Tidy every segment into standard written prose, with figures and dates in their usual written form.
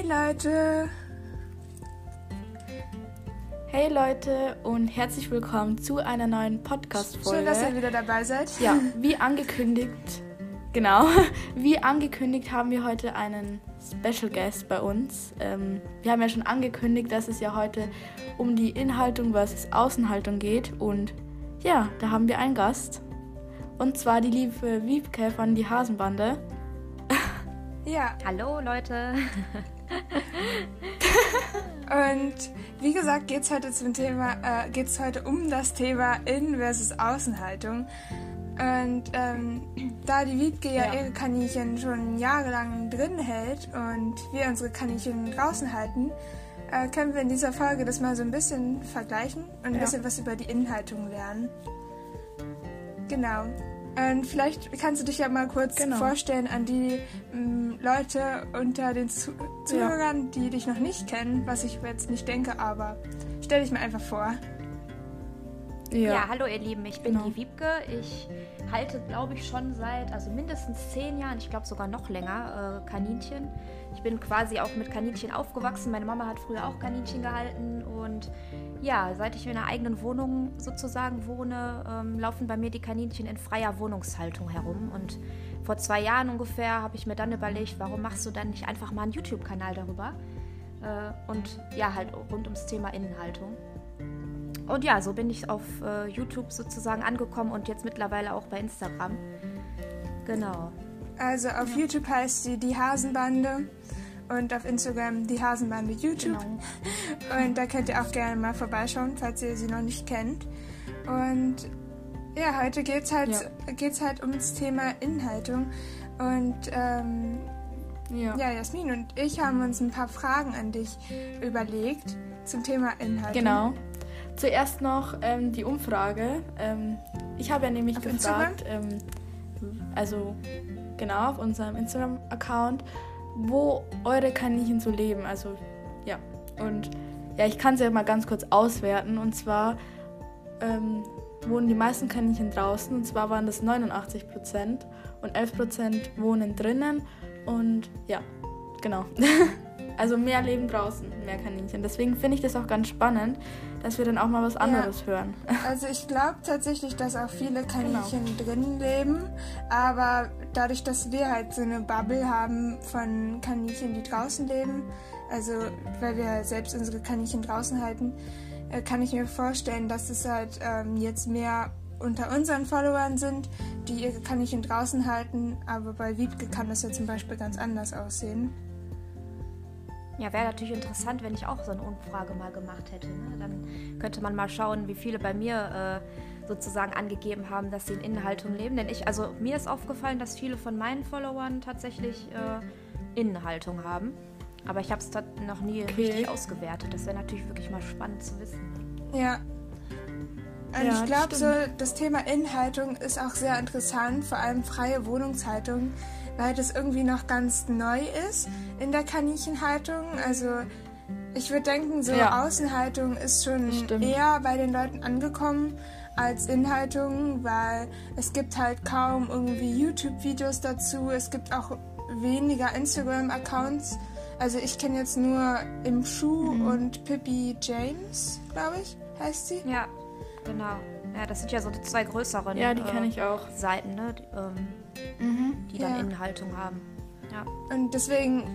Hey Leute! Hey Leute und herzlich willkommen zu einer neuen Podcast-Folge. Schön, dass ihr wieder dabei seid. Ja, wie angekündigt haben wir heute einen Special Guest bei uns. Wir haben ja schon angekündigt, dass es ja heute um die Inhaltung versus Außenhaltung geht. Und ja, da haben wir einen Gast. Und zwar die liebe Wiebke von die Hasenbande. Ja. Hallo Leute. Und wie gesagt, geht's heute um das Thema Innen- versus Außenhaltung. Und da die Wiebke ja ihre Kaninchen schon jahrelang drin hält und wir unsere Kaninchen draußen halten, können wir in dieser Folge das mal so ein bisschen vergleichen und ein bisschen was über die Innenhaltung lernen. Genau. Und vielleicht kannst du dich ja mal kurz vorstellen an die Leute unter den Zuhörern, die dich noch nicht kennen, was ich jetzt nicht denke, aber stell dich mal einfach vor. Ja, hallo ihr Lieben, ich bin die Wiebke. Ich halte, glaube ich, schon seit mindestens 10 Jahren, ich glaube sogar noch länger, Kaninchen. Ich bin quasi auch mit Kaninchen aufgewachsen. Meine Mama hat früher auch Kaninchen gehalten und ja, seit ich in einer eigenen Wohnung sozusagen wohne, laufen bei mir die Kaninchen in freier Wohnungshaltung herum. Und vor 2 Jahren ungefähr habe ich mir dann überlegt, warum machst du dann nicht einfach mal einen YouTube-Kanal darüber? Und ja, halt rund ums Thema Innenhaltung. Und ja, so bin ich auf YouTube sozusagen angekommen und jetzt mittlerweile auch bei Instagram. Genau. Also auf YouTube heißt sie die Hasenbande und auf Instagram die Hasenbande YouTube. Genau. Und da könnt ihr auch gerne mal vorbeischauen, falls ihr sie noch nicht kennt. Und ja, heute geht's halt ums Thema Innenhaltung. Und Jasmin und ich haben uns ein paar Fragen an dich überlegt zum Thema Innenhaltung. Genau. Zuerst noch die Umfrage. Ich habe ja nämlich gefragt, auf unserem Instagram-Account, wo eure Kaninchen so leben. Also, ja. Und ja, ich kann es ja mal ganz kurz auswerten. Und zwar wohnen die meisten Kaninchen draußen. Und zwar waren das 89% und 11% wohnen drinnen. Und ja, genau. Also mehr leben draußen, mehr Kaninchen. Deswegen finde ich das auch ganz spannend, dass wir dann auch mal was anderes hören. Also ich glaube tatsächlich, dass auch viele Kaninchen drin leben, aber dadurch, dass wir halt so eine Bubble haben von Kaninchen, die draußen leben, also weil wir selbst unsere Kaninchen draußen halten, kann ich mir vorstellen, dass es halt jetzt mehr unter unseren Followern sind, die ihre Kaninchen draußen halten, aber bei Wiebke kann das ja zum Beispiel ganz anders aussehen. Ja, wäre natürlich interessant, wenn ich auch so eine Umfrage mal gemacht hätte. Ne? Dann könnte man mal schauen, wie viele bei mir sozusagen angegeben haben, dass sie in Innenhaltung leben. Denn mir ist aufgefallen, dass viele von meinen Followern tatsächlich Innenhaltung haben. Aber ich habe es noch nie richtig ausgewertet. Das wäre natürlich wirklich mal spannend zu wissen. Ja. Und ich glaube, so das Thema Innenhaltung ist auch sehr interessant, vor allem freie Wohnungshaltung, weil das irgendwie noch ganz neu ist in der Kaninchenhaltung. Also ich würde denken, so Außenhaltung ist schon eher bei den Leuten angekommen als Innenhaltung, weil es gibt halt kaum irgendwie YouTube-Videos dazu. Es gibt auch weniger Instagram-Accounts. Also ich kenne jetzt nur Im Schuh und Pippi James, glaube ich, heißt sie. Ja, genau. Ja, das sind ja so die 2 größeren die kenne ich auch. Seiten, ne? Die dann Innenhaltung haben. Ja. Und deswegen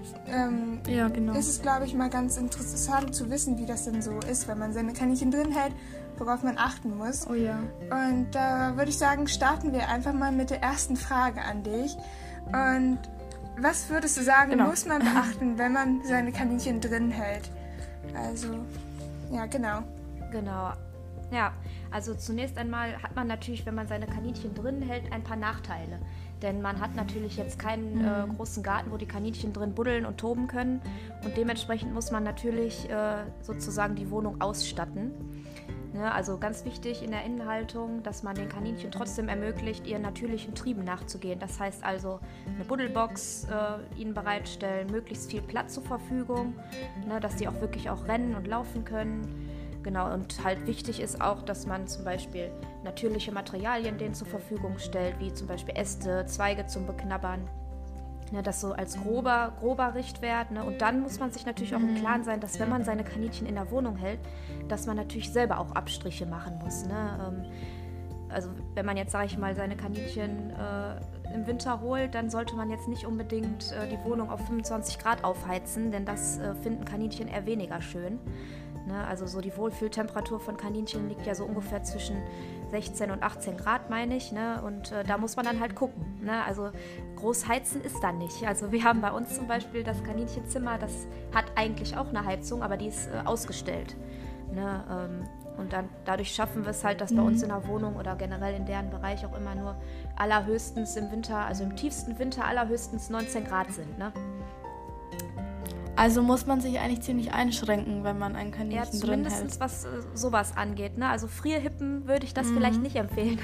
ist es, glaube ich, mal ganz interessant zu wissen, wie das denn so ist, wenn man seine Kaninchen drin hält, worauf man achten muss. Oh ja. Und da würde ich sagen, starten wir einfach mal mit der ersten Frage an dich. Und was würdest du sagen, muss man beachten, wenn man seine Kaninchen drin hält? Also, ja, genau. Genau. Ja, also zunächst einmal hat man natürlich, wenn man seine Kaninchen drin hält, ein paar Nachteile. Denn man hat natürlich jetzt keinen großen Garten, wo die Kaninchen drin buddeln und toben können. Und dementsprechend muss man natürlich sozusagen die Wohnung ausstatten. Ne, also ganz wichtig in der Innenhaltung, dass man den Kaninchen trotzdem ermöglicht, ihren natürlichen Trieben nachzugehen. Das heißt also eine Buddelbox ihnen bereitstellen, möglichst viel Platz zur Verfügung, ne, dass die auch wirklich auch rennen und laufen können. Genau, und halt wichtig ist auch, dass man zum Beispiel natürliche Materialien denen zur Verfügung stellt, wie zum Beispiel Äste, Zweige zum Beknabbern. Ne, das so als grober Richtwert. Ne? Und dann muss man sich natürlich auch im Klaren sein, dass wenn man seine Kaninchen in der Wohnung hält, dass man natürlich selber auch Abstriche machen muss. Ne? Also wenn man jetzt, sage ich mal, seine Kaninchen im Winter holt, dann sollte man jetzt nicht unbedingt die Wohnung auf 25 Grad aufheizen, denn das finden Kaninchen eher weniger schön. Ne? Also so die Wohlfühltemperatur von Kaninchen liegt ja so ungefähr zwischen 16 und 18 Grad, meine ich. Ne? Und da muss man dann halt gucken. Ne? Also groß heizen ist dann nicht. Also wir haben bei uns zum Beispiel das Kaninchenzimmer, das hat eigentlich auch eine Heizung, aber die ist ausgestellt. Ne? Und dann dadurch schaffen wir es halt, dass bei uns in der Wohnung oder generell in deren Bereich auch immer nur allerhöchstens im Winter, also im tiefsten Winter allerhöchstens 19 Grad sind. Ne? Also muss man sich eigentlich ziemlich einschränken, wenn man ein Kaninchen drin hält. Zumindest was sowas angeht. Ne? Also Frierhippen würde ich das vielleicht nicht empfehlen.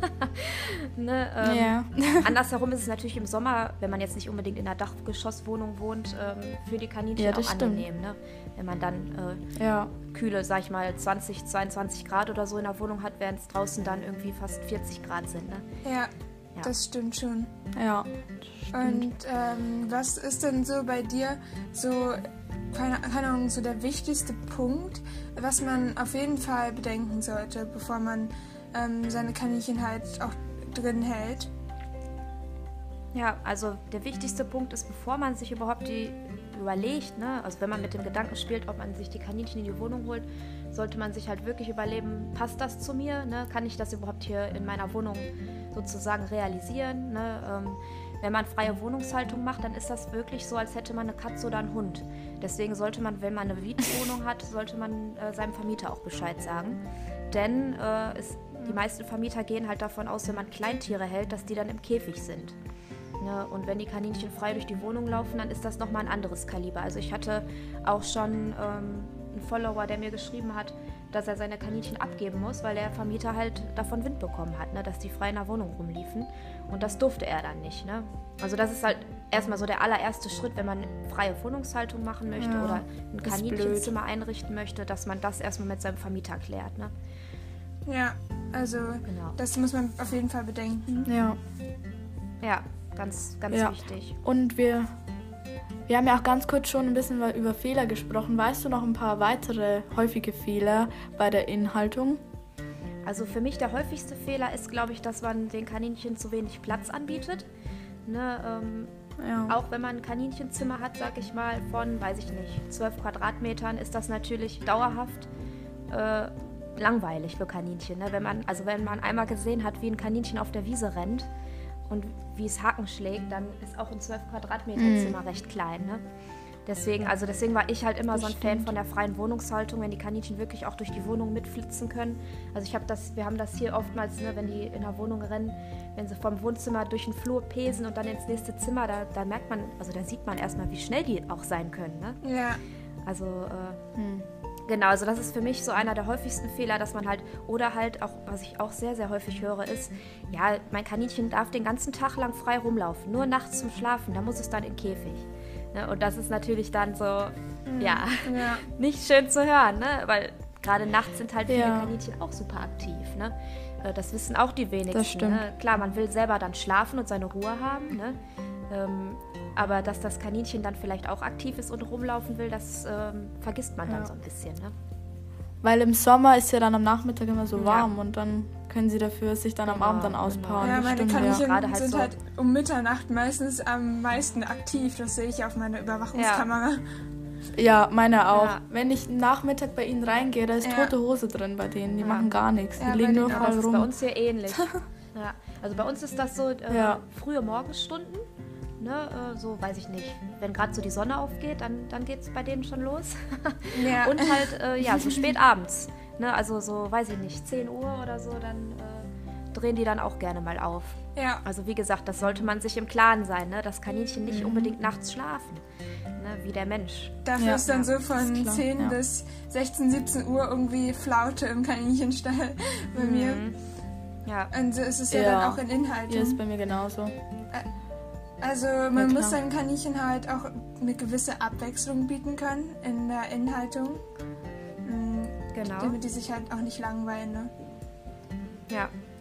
Ne, andersherum ist es natürlich im Sommer, wenn man jetzt nicht unbedingt in einer Dachgeschosswohnung wohnt, für die Kaninchen auch angenehm. Ne? Wenn man dann kühle, sag ich mal, 20, 22 Grad oder so in der Wohnung hat, während es draußen dann irgendwie fast 40 Grad sind. Ne? Ja, das stimmt schon. Ja. Und was ist denn so bei dir so, keine Ahnung, so der wichtigste Punkt, was man auf jeden Fall bedenken sollte, bevor man seine Kaninchen halt auch drin hält? Ja, also der wichtigste Punkt ist, bevor man sich überhaupt überlegt, ne, also wenn man mit dem Gedanken spielt, ob man sich die Kaninchen in die Wohnung holt, sollte man sich halt wirklich überlegen, passt das zu mir? Ne? Kann ich das überhaupt hier in meiner Wohnung sozusagen realisieren? Ne? Wenn man freie Wohnungshaltung macht, dann ist das wirklich so, als hätte man eine Katze oder einen Hund. Deswegen sollte man, wenn man eine Mietwohnung hat, sollte man seinem Vermieter auch Bescheid sagen. Denn die meisten Vermieter gehen halt davon aus, wenn man Kleintiere hält, dass die dann im Käfig sind. Ne? Und wenn die Kaninchen frei durch die Wohnung laufen, dann ist das nochmal ein anderes Kaliber. Also ich hatte auch schon einen Follower, der mir geschrieben hat, dass er seine Kaninchen abgeben muss, weil der Vermieter halt davon Wind bekommen hat, ne? Dass die frei in der Wohnung rumliefen. Und das durfte er dann nicht. Ne? Also das ist halt erstmal so der allererste Schritt, wenn man freie Wohnungshaltung machen möchte oder ein Kaninchenzimmer einrichten möchte, dass man das erstmal mit seinem Vermieter klärt. Ne? Ja, also das muss man auf jeden Fall bedenken. Ja, ganz wichtig. Und wir haben ja auch ganz kurz schon ein bisschen über Fehler gesprochen. Weißt du noch ein paar weitere häufige Fehler bei der Inhaltung? Also für mich der häufigste Fehler ist, glaube ich, dass man den Kaninchen zu wenig Platz anbietet. Ne, auch wenn man ein Kaninchenzimmer hat, sag ich mal, von, 12 Quadratmetern, ist das natürlich dauerhaft langweilig für Kaninchen. Ne? Wenn man einmal gesehen hat, wie ein Kaninchen auf der Wiese rennt und wie es Haken schlägt, dann ist auch ein 12 Quadratmeter Zimmer recht klein. Ne? Deswegen war ich halt immer so ein Fan von der freien Wohnungshaltung, wenn die Kaninchen wirklich auch durch die Wohnung mitflitzen können. Also wir haben das hier oftmals, ne, wenn die in der Wohnung rennen, wenn sie vom Wohnzimmer durch den Flur pesen und dann ins nächste Zimmer, da merkt man, also da sieht man erstmal, wie schnell die auch sein können. Ne? Ja. Also genau, also das ist für mich so einer der häufigsten Fehler, dass man halt, oder halt auch, was ich auch sehr, sehr häufig höre, ist, ja, mein Kaninchen darf den ganzen Tag lang frei rumlaufen, nur nachts zum Schlafen, da muss es dann in den Käfig. Ne? Und das ist natürlich dann so, nicht schön zu hören, ne? Weil gerade nachts sind halt viele Kaninchen auch super aktiv. Ne? Das wissen auch die wenigsten. Das stimmt. Ne? Klar, man will selber dann schlafen und seine Ruhe haben, ne? Aber dass das Kaninchen dann vielleicht auch aktiv ist und rumlaufen will, das vergisst man dann so ein bisschen. Ne? Weil im Sommer ist ja dann am Nachmittag immer so warm und dann können sie dafür sich dann am Abend dann auspowern. Ja, meine Kaninchen sind halt um Mitternacht meistens am meisten aktiv. Das sehe ich auf meiner Überwachungskamera. Ja, meine auch. Ja. Wenn ich Nachmittag bei ihnen reingehe, da ist tote Hose drin bei denen. Die machen gar nichts. Die liegen nur frei rum. Das ist bei uns hier ähnlich. Also bei uns ist das so frühe Morgenstunden. Ne, so, weiß ich nicht, wenn gerade so die Sonne aufgeht, dann geht es bei denen schon los. Und halt, so spät abends. Ne, also so, weiß ich nicht, 10 Uhr oder so, dann drehen die dann auch gerne mal auf. Ja. Also wie gesagt, das sollte man sich im Klaren sein, ne, dass Kaninchen nicht unbedingt nachts schlafen, ne, wie der Mensch. Dafür ist dann so von 10 bis 16, 17 Uhr irgendwie Flaute im Kaninchenstall bei mir. Ja. Und so ist es dann auch in Inhaltung. Hier ist bei mir genauso. Also man muss seinen Kaninchen halt auch eine gewisse Abwechslung bieten können in der Inhaltung. Genau. Damit die sich halt auch nicht langweilen, ne? Ja.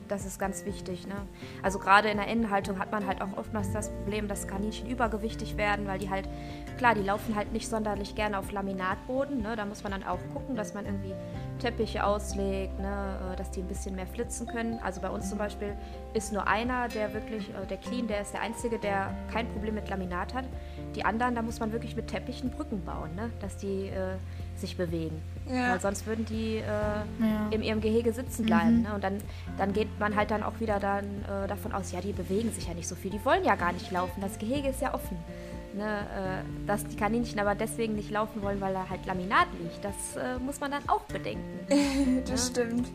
Das ist ganz wichtig, ne? Also gerade in der Innenhaltung hat man halt auch oftmals das Problem, dass Kaninchen übergewichtig werden, weil die halt, klar, die laufen halt nicht sonderlich gerne auf Laminatboden, ne? Da muss man dann auch gucken, dass man irgendwie Teppiche auslegt, ne? Dass die ein bisschen mehr flitzen können. Also bei uns zum Beispiel ist nur einer, der wirklich, der Clean, der ist der Einzige, der kein Problem mit Laminat hat. Die anderen, da muss man wirklich mit Teppichen Brücken bauen, ne? Dass die sich bewegen. Ja. Weil sonst würden die in ihrem Gehege sitzen bleiben. Ne? Und dann geht man halt dann auch wieder davon aus, ja, die bewegen sich ja nicht so viel, die wollen ja gar nicht laufen, das Gehege ist ja offen. Ne? Dass die Kaninchen aber deswegen nicht laufen wollen, weil da halt Laminat liegt, das muss man dann auch bedenken. Das stimmt.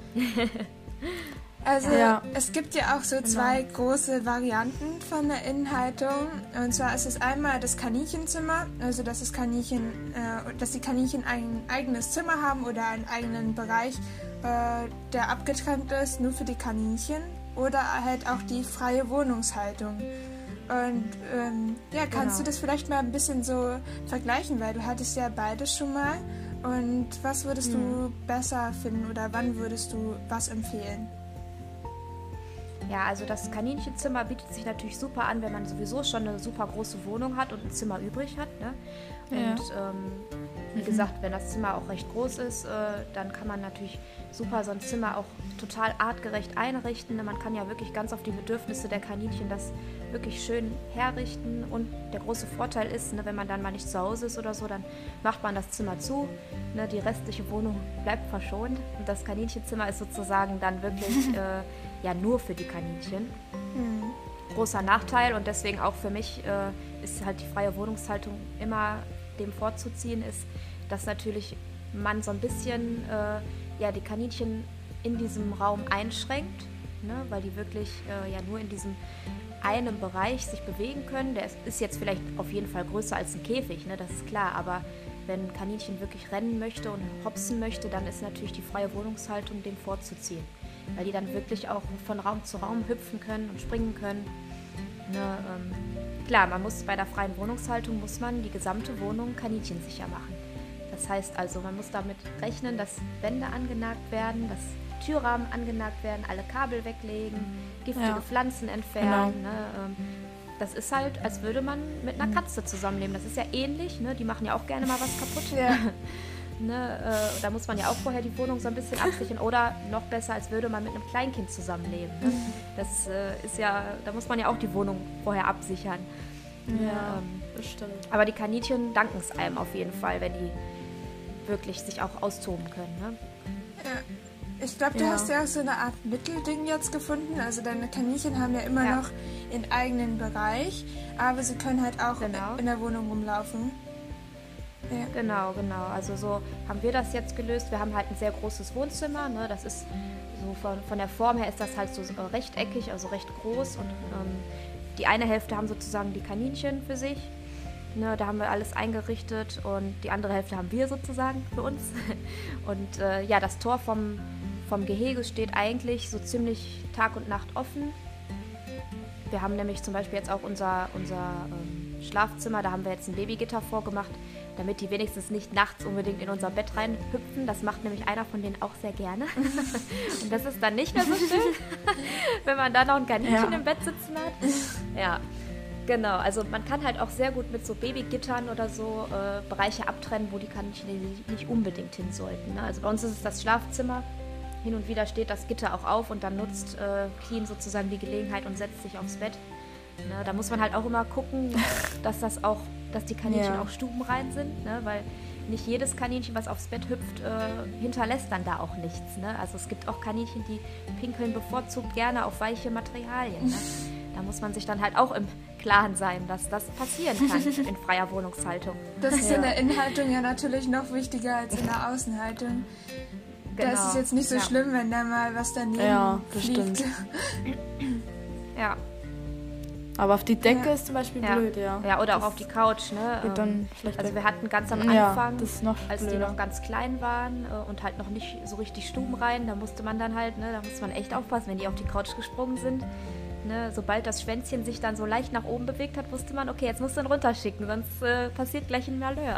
Also es gibt ja auch so zwei große Varianten von der Innenhaltung. Und zwar ist es einmal das Kaninchenzimmer, also dass die Kaninchen ein eigenes Zimmer haben oder einen eigenen Bereich, der abgetrennt ist, nur für die Kaninchen. Oder halt auch die freie Wohnungshaltung. Und kannst du das vielleicht mal ein bisschen so vergleichen, weil du hattest ja beides schon mal. Und was würdest du besser finden oder wann würdest du was empfehlen? Ja, also das Kaninchenzimmer bietet sich natürlich super an, wenn man sowieso schon eine super große Wohnung hat und ein Zimmer übrig hat. Ne? Und wie gesagt, wenn das Zimmer auch recht groß ist, dann kann man natürlich super so ein Zimmer auch total artgerecht einrichten. Man kann ja wirklich ganz auf die Bedürfnisse der Kaninchen das wirklich schön herrichten. Und der große Vorteil ist, ne, wenn man dann mal nicht zu Hause ist oder so, dann macht man das Zimmer zu. Ne, die restliche Wohnung bleibt verschont. Und das Kaninchenzimmer ist sozusagen dann wirklich nur für die Kaninchen. Großer Nachteil und deswegen auch für mich ist halt die freie Wohnungshaltung immer dem vorzuziehen ist, dass natürlich man so ein bisschen die Kaninchen in diesem Raum einschränkt, ne, weil die wirklich nur in diesem einen Bereich sich bewegen können. Der ist jetzt vielleicht auf jeden Fall größer als ein Käfig, ne, das ist klar, aber wenn ein Kaninchen wirklich rennen möchte und hopsen möchte, dann ist natürlich die freie Wohnungshaltung dem vorzuziehen, weil die dann wirklich auch von Raum zu Raum hüpfen können und springen können. Ne, klar, bei der freien Wohnungshaltung muss man die gesamte Wohnung kaninchensicher machen. Das heißt also, man muss damit rechnen, dass Wände angenagt werden, dass Türrahmen angenagt werden, alle Kabel weglegen, giftige Pflanzen entfernen. Genau. Ne, das ist halt, als würde man mit einer Katze zusammenleben. Das ist ja ähnlich, ne? Die machen ja auch gerne mal was kaputt. Ja. Ne, da muss man ja auch vorher die Wohnung so ein bisschen absichern oder noch besser, als würde man mit einem Kleinkind zusammenleben. Ne? Das ist ja, da muss man ja auch die Wohnung vorher absichern. Ja, das stimmt. Aber die Kaninchen danken es einem auf jeden Fall, wenn die wirklich sich auch austoben können. Ne? Ja. Ich glaube, du hast ja auch so eine Art Mittelding jetzt gefunden. Also deine Kaninchen haben ja immer noch ihren eigenen Bereich, aber sie können halt auch in der Wohnung rumlaufen. Ja. Genau. Also so haben wir das jetzt gelöst. Wir haben halt ein sehr großes Wohnzimmer. Ne? Das ist so von der Form her ist das halt so rechteckig, also recht groß. Und die eine Hälfte haben sozusagen die Kaninchen für sich. Ne? Da haben wir alles eingerichtet und die andere Hälfte haben wir sozusagen für uns. Und das Tor vom Gehege steht eigentlich so ziemlich Tag und Nacht offen. Wir haben nämlich zum Beispiel jetzt auch unser Schlafzimmer, da haben wir jetzt ein Babygitter vorgemacht, damit die wenigstens nicht nachts unbedingt in unser Bett reinhüpfen. Das macht nämlich einer von denen auch sehr gerne. Und das ist dann nicht mehr so schön, wenn man da noch ein Kaninchen im Bett sitzen hat. Ja, genau. Also man kann halt auch sehr gut mit so Babygittern oder so Bereiche abtrennen, wo die Kaninchen nicht unbedingt hin sollten. Ne? Also bei uns ist es das Schlafzimmer. Hin und wieder steht das Gitter auch auf und dann nutzt Clean sozusagen die Gelegenheit und setzt sich aufs Bett. Ne, da muss man halt auch immer gucken, dass die Kaninchen auch stubenrein sind, ne? Weil nicht jedes Kaninchen, was aufs Bett hüpft, hinterlässt dann da auch nichts. Ne? Also es gibt auch Kaninchen, die pinkeln bevorzugt gerne auf weiche Materialien. Ne? Da muss man sich dann halt auch im Klaren sein, dass das passieren kann in freier Wohnungshaltung. Das ist in der Innenhaltung ja natürlich noch wichtiger als in der Außenhaltung. Genau. Da ist es jetzt nicht so schlimm, wenn da mal was daneben fliegt. Stimmt. Ja. Aber auf die Decke ist zum Beispiel blöd, ja. Ja, oder auch auf die Couch, ne? Also wir hatten ganz am Anfang, als die noch ganz klein waren und halt noch nicht so richtig stubenrein, da musste man dann halt, ne, da musste man echt aufpassen, wenn die auf die Couch gesprungen sind. Ne, sobald das Schwänzchen sich dann so leicht nach oben bewegt hat, wusste man, okay, jetzt musst du ihn runterschicken, sonst passiert gleich ein Malheur.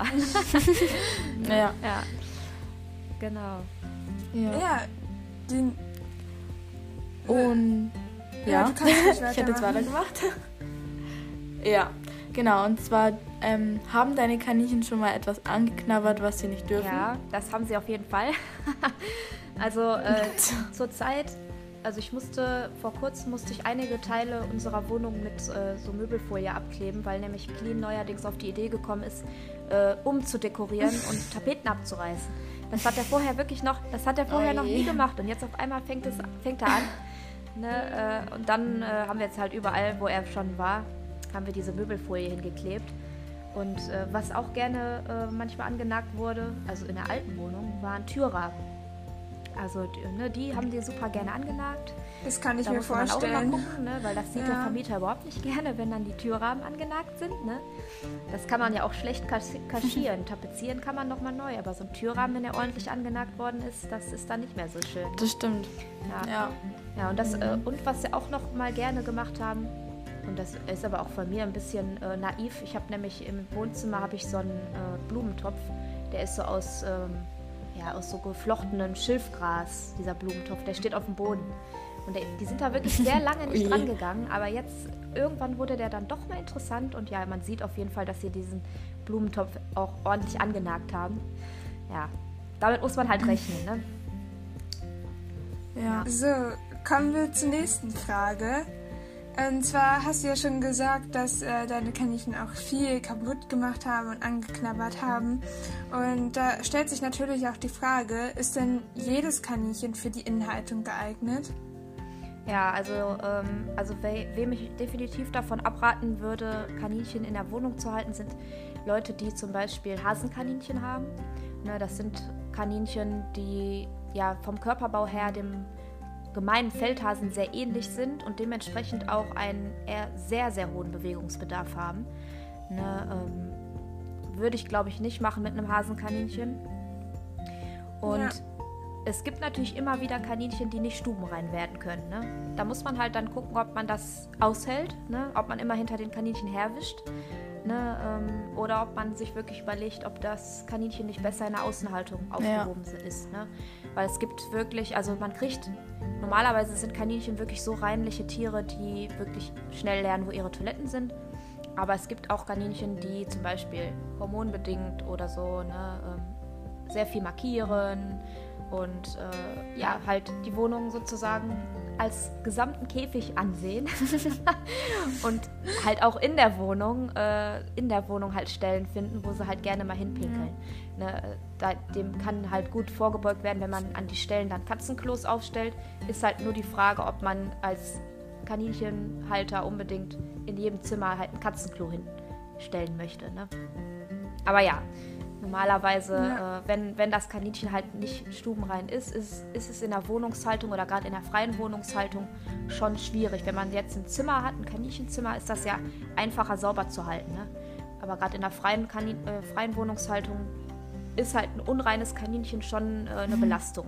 Ja. Genau. Ja, Und ja, du kannst nicht ich hätte jetzt weitergemacht. Ja, genau. Und zwar haben deine Kaninchen schon mal etwas angeknabbert, was sie nicht dürfen? Ja, das haben sie auf jeden Fall. Also zur Zeit, also vor kurzem musste ich einige Teile unserer Wohnung mit so Möbelfolie abkleben, weil nämlich Clean neuerdings auf die Idee gekommen ist, umzudekorieren und Tapeten abzureißen. Das hat er vorher noch nie gemacht und jetzt auf einmal fängt er an. Ne? Und dann haben wir jetzt halt überall, wo er schon war, haben wir diese Möbelfolie hingeklebt. Und was auch gerne manchmal angenagt wurde, also in der alten Wohnung, waren Türrahmen. Also die haben die super gerne angenagt. Das kann ich mir vorstellen. Da muss man auch immer gucken, ne? Weil das sieht der Vermieter überhaupt nicht gerne, wenn dann die Türrahmen angenagt sind. Ne? Das kann man ja auch schlecht kaschieren. Tapezieren kann man nochmal neu, aber so ein Türrahmen, wenn er ordentlich angenagt worden ist, das ist dann nicht mehr so schön. Das stimmt. Ja, und und was sie auch noch mal gerne gemacht haben, und das ist aber auch von mir ein bisschen naiv, ich habe nämlich im Wohnzimmer so einen Blumentopf, der ist so aus so geflochtenem Schilfgras, dieser Blumentopf, der steht auf dem Boden. Und die sind da wirklich sehr lange nicht dran gegangen, aber jetzt irgendwann wurde der dann doch mal interessant und ja, man sieht auf jeden Fall, dass sie diesen Blumentopf auch ordentlich angenagt haben. Ja, damit muss man halt rechnen, ne? Ja. So, kommen wir zur nächsten Frage. Und zwar hast du ja schon gesagt, dass deine Kaninchen auch viel kaputt gemacht haben und angeknabbert haben. Und da stellt sich natürlich auch die Frage, ist denn jedes Kaninchen für die Innenhaltung geeignet? Ja, also wem ich definitiv davon abraten würde, Kaninchen in der Wohnung zu halten, sind Leute, die zum Beispiel Hasenkaninchen haben. Ne, das sind Kaninchen, die ja vom Körperbau her dem gemeinen Feldhasen sehr ähnlich sind und dementsprechend auch einen eher sehr, sehr hohen Bewegungsbedarf haben. Ne, würde ich, glaube ich, nicht machen mit einem Hasenkaninchen. Und es gibt natürlich immer wieder Kaninchen, die nicht stubenrein werden können. Ne? Da muss man halt dann gucken, ob man das aushält, ne? Ob man immer hinter den Kaninchen herwischt. Ne? Oder ob man sich wirklich überlegt, ob das Kaninchen nicht besser in der Außenhaltung aufgehoben ist. Ne? Weil es gibt wirklich, also normalerweise sind Kaninchen wirklich so reinliche Tiere, die wirklich schnell lernen, wo ihre Toiletten sind. Aber es gibt auch Kaninchen, die zum Beispiel hormonbedingt oder so sehr viel markieren und halt die Wohnung sozusagen als gesamten Käfig ansehen und halt auch in der Wohnung halt Stellen finden, wo sie halt gerne mal hinpinkeln. Ne, dem kann halt gut vorgebeugt werden, wenn man an die Stellen dann Katzenklos aufstellt. Ist halt nur die Frage, ob man als Kaninchenhalter unbedingt in jedem Zimmer halt ein Katzenklo hinstellen möchte. Ne? Aber ja, normalerweise, wenn das Kaninchen halt nicht stubenrein ist es in der Wohnungshaltung oder gerade in der freien Wohnungshaltung schon schwierig. Wenn man jetzt ein Zimmer hat, ein Kaninchenzimmer, ist das ja einfacher sauber zu halten. Ne? Aber gerade in der freien Wohnungshaltung ist halt ein unreines Kaninchen schon eine Belastung.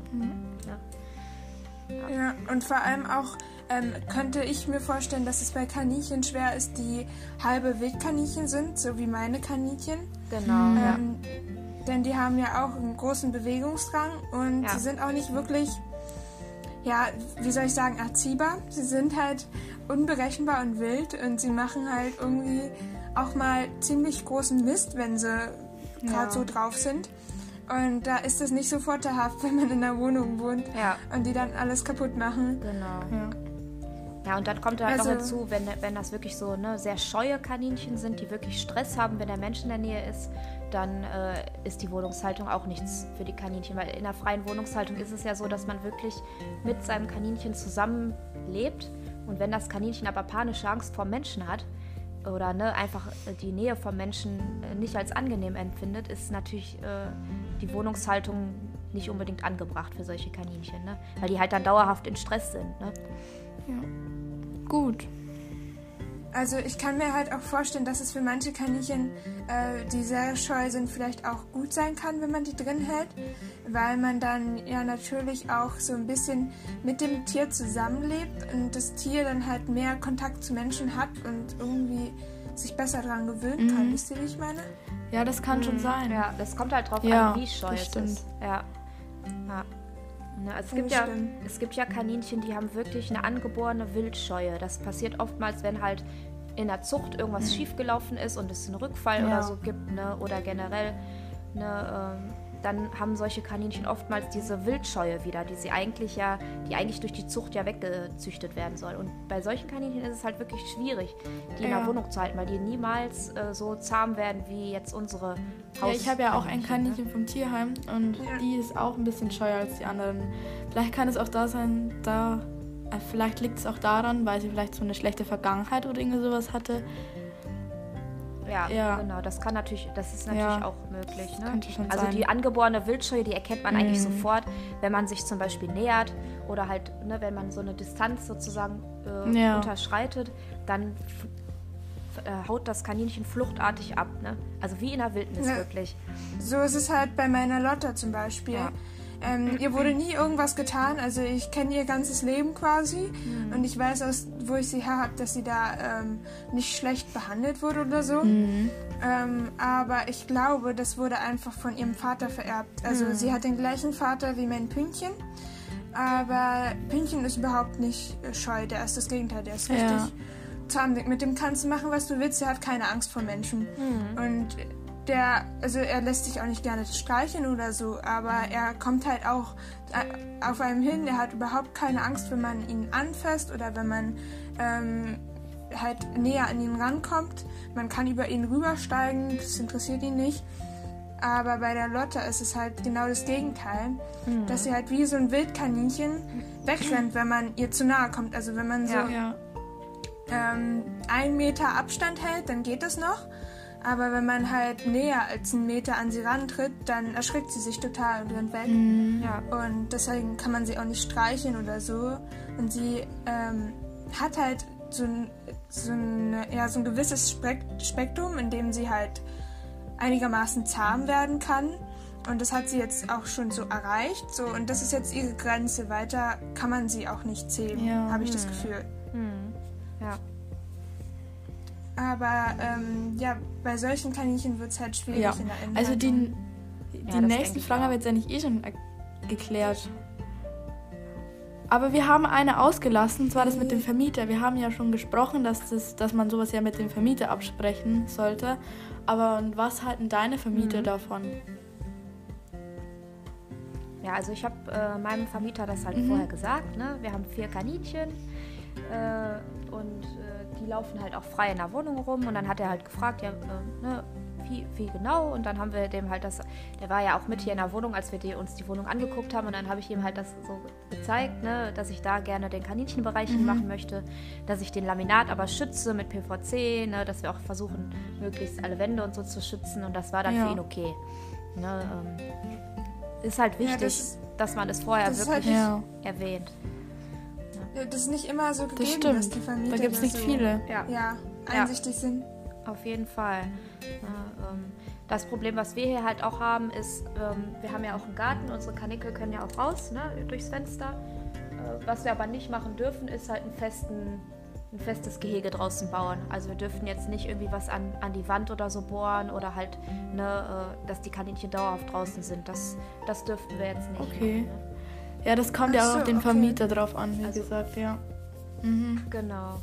Ja, und vor allem auch könnte ich mir vorstellen, dass es bei Kaninchen schwer ist, die halbe Wildkaninchen sind, so wie meine Kaninchen. Genau. Denn die haben ja auch einen großen Bewegungsdrang und sie sind auch nicht wirklich, wie soll ich sagen, erziehbar. Sie sind halt unberechenbar und wild und sie machen halt irgendwie auch mal ziemlich großen Mist, wenn sie gerade so drauf sind. Und da ist es nicht so vorteilhaft, wenn man in der Wohnung wohnt und die dann alles kaputt machen. Genau. Ja, und dann kommt halt noch dazu, wenn das wirklich so sehr scheue Kaninchen sind, die wirklich Stress haben, wenn der Mensch in der Nähe ist, dann ist die Wohnungshaltung auch nichts für die Kaninchen. Weil in der freien Wohnungshaltung ist es ja so, dass man wirklich mit seinem Kaninchen zusammenlebt. Und wenn das Kaninchen aber panische Angst vor Menschen hat, oder einfach die Nähe vom Menschen nicht als angenehm empfindet, ist natürlich die Wohnungshaltung nicht unbedingt angebracht für solche Kaninchen, ne? Weil die halt dann dauerhaft in Stress sind. Ne? Ja, gut. Also ich kann mir halt auch vorstellen, dass es für manche Kaninchen, die sehr scheu sind, vielleicht auch gut sein kann, wenn man die drin hält, weil man dann ja natürlich auch so ein bisschen mit dem Tier zusammenlebt und das Tier dann halt mehr Kontakt zu Menschen hat und irgendwie sich besser daran gewöhnen kann. Wisst ihr, wie ich meine? Ja, das kann schon sein. Ja, das kommt halt drauf an, wie scheu es stimmt. ist. Ja. Ne, also es gibt ja Kaninchen, die haben wirklich eine angeborene Wildscheue. Das passiert oftmals, wenn halt in der Zucht irgendwas schiefgelaufen ist und es einen Rückfall oder so gibt, ne, oder generell, ne, dann haben solche Kaninchen oftmals diese Wildscheue wieder, die eigentlich durch die Zucht ja weggezüchtet werden soll. Und bei solchen Kaninchen ist es halt wirklich schwierig, die in der Wohnung zu halten, weil die niemals so zahm werden wie jetzt unsere Haus. Ja, ich habe ja auch ein Kaninchen vom Tierheim und die ist auch ein bisschen scheuer als die anderen. Vielleicht kann es auch da sein, vielleicht liegt es auch daran, weil sie vielleicht so eine schlechte Vergangenheit oder irgendwie sowas hatte. Ja, genau, das ist natürlich auch möglich. Ne? Also sein. Die angeborene Wildscheue, die erkennt man eigentlich sofort, wenn man sich zum Beispiel nähert oder halt, ne, wenn man so eine Distanz sozusagen unterschreitet, dann haut das Kaninchen fluchtartig ab. Ne? Also wie in der Wildnis wirklich. So ist es halt bei meiner Lotta zum Beispiel. Ja. Ihr wurde nie irgendwas getan, also ich kenne ihr ganzes Leben quasi und ich weiß, wo ich sie her habe, dass sie da nicht schlecht behandelt wurde oder so. Aber ich glaube, das wurde einfach von ihrem Vater vererbt. Also sie hat den gleichen Vater wie mein Pünktchen, aber Pünktchen ist überhaupt nicht scheu, der ist das Gegenteil, der ist richtig zahm. Mit dem kannst du machen, was du willst, der hat keine Angst vor Menschen. Und er lässt sich auch nicht gerne streicheln oder so, aber er kommt halt auch auf einem hin, er hat überhaupt keine Angst, wenn man ihn anfasst oder wenn man halt näher an ihn rankommt. Man kann über ihn rübersteigen, das interessiert ihn nicht. Aber bei der Lotta ist es halt genau das Gegenteil, dass sie halt wie so ein Wildkaninchen wegrennt, wenn man ihr zu nahe kommt. Also wenn man so 1 Meter Abstand hält, dann geht das noch. Aber wenn man halt näher als 1 Meter an sie rantritt, dann erschrickt sie sich total und rennt weg. Und deswegen kann man sie auch nicht streicheln oder so. Und sie hat halt so ein gewisses Spektrum, in dem sie halt einigermaßen zahm werden kann. Und das hat sie jetzt auch schon so erreicht. So, und das ist jetzt ihre Grenze. Weiter kann man sie auch nicht zähmen, habe ich das Gefühl. Ja. Aber bei solchen Kaninchen wird es halt schwierig in der Innenhaltung. Also die nächsten Fragen haben wir jetzt eigentlich schon geklärt. Aber wir haben eine ausgelassen, und zwar das mit dem Vermieter. Wir haben ja schon gesprochen, dass man sowas ja mit dem Vermieter absprechen sollte. Aber was halten deine Vermieter davon? Ja, also ich habe meinem Vermieter das halt vorher gesagt. Ne? Wir haben 4 Kaninchen und die laufen halt auch frei in der Wohnung rum. Und dann hat er halt gefragt, wie genau. Und dann haben wir dem halt der war ja auch mit hier in der Wohnung, als wir uns die Wohnung angeguckt haben. Und dann habe ich ihm halt das so gezeigt, ne, dass ich da gerne den Kaninchenbereich machen möchte, dass ich den Laminat aber schütze mit PVC, ne, dass wir auch versuchen, möglichst alle Wände und so zu schützen. Und das war dann für ihn okay. Ne, ist halt wichtig, dass man es vorher wirklich erwähnt. Das ist nicht immer so gegeben, dass die Vermieter da gibt es nicht so viele. Einsichtig sind. Auf jeden Fall. Das Problem, was wir hier halt auch haben, ist, wir haben ja auch einen Garten, unsere Kanickel können ja auch raus, ne, durchs Fenster. Was wir aber nicht machen dürfen, ist halt ein festes Gehege draußen bauen. Also wir dürfen jetzt nicht irgendwie was an die Wand oder so bohren oder halt, ne, dass die Kaninchen dauerhaft draußen sind. Das dürften wir jetzt nicht. Okay. Machen, ne? Ja, das kommt ja auch auf den Vermieter drauf an, wie gesagt, ja. Genau.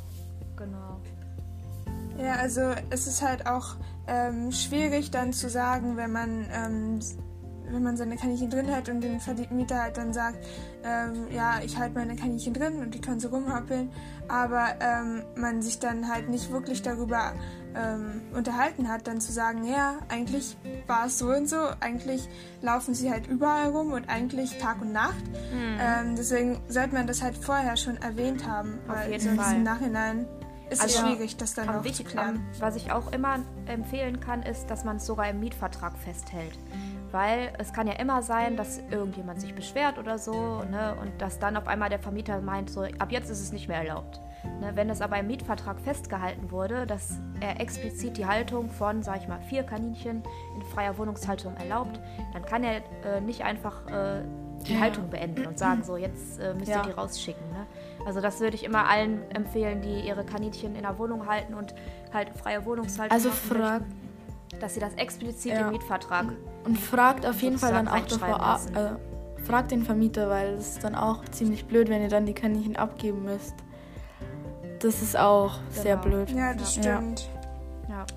Ja, also es ist halt auch schwierig dann zu sagen, wenn man seine Kaninchen drin hat und den Vermieter halt dann sagt, ich halte meine Kaninchen drin und die können so rumhoppeln, aber man sich dann halt nicht wirklich darüber unterhalten hat, dann zu sagen, ja, eigentlich war es so und so, eigentlich laufen sie halt überall rum und eigentlich Tag und Nacht. Deswegen sollte man das halt vorher schon erwähnt haben, weil sonst im Nachhinein ist es schwierig, das dann auch zu klären. Was ich auch immer empfehlen kann, ist, dass man es sogar im Mietvertrag festhält. Weil es kann ja immer sein, dass irgendjemand sich beschwert oder so, ne, und dass dann auf einmal der Vermieter meint, so, ab jetzt ist es nicht mehr erlaubt. Ne, wenn es aber im Mietvertrag festgehalten wurde, dass er explizit die Haltung von, sag ich mal, 4 Kaninchen in freier Wohnungshaltung erlaubt, dann kann er nicht einfach die Haltung beenden und sagen, so, jetzt müsst ihr die rausschicken. Ne? Also das würde ich immer allen empfehlen, die ihre Kaninchen in der Wohnung halten und halt freie Wohnungshaltung machen möchten, dass sie das explizit im Mietvertrag und fragt auf jeden Fall dann auch fragt den Vermieter, weil es ist dann auch ziemlich blöd, wenn ihr dann die Kaninchen abgeben müsst. Das ist auch sehr blöd. Ja, das stimmt. Ja.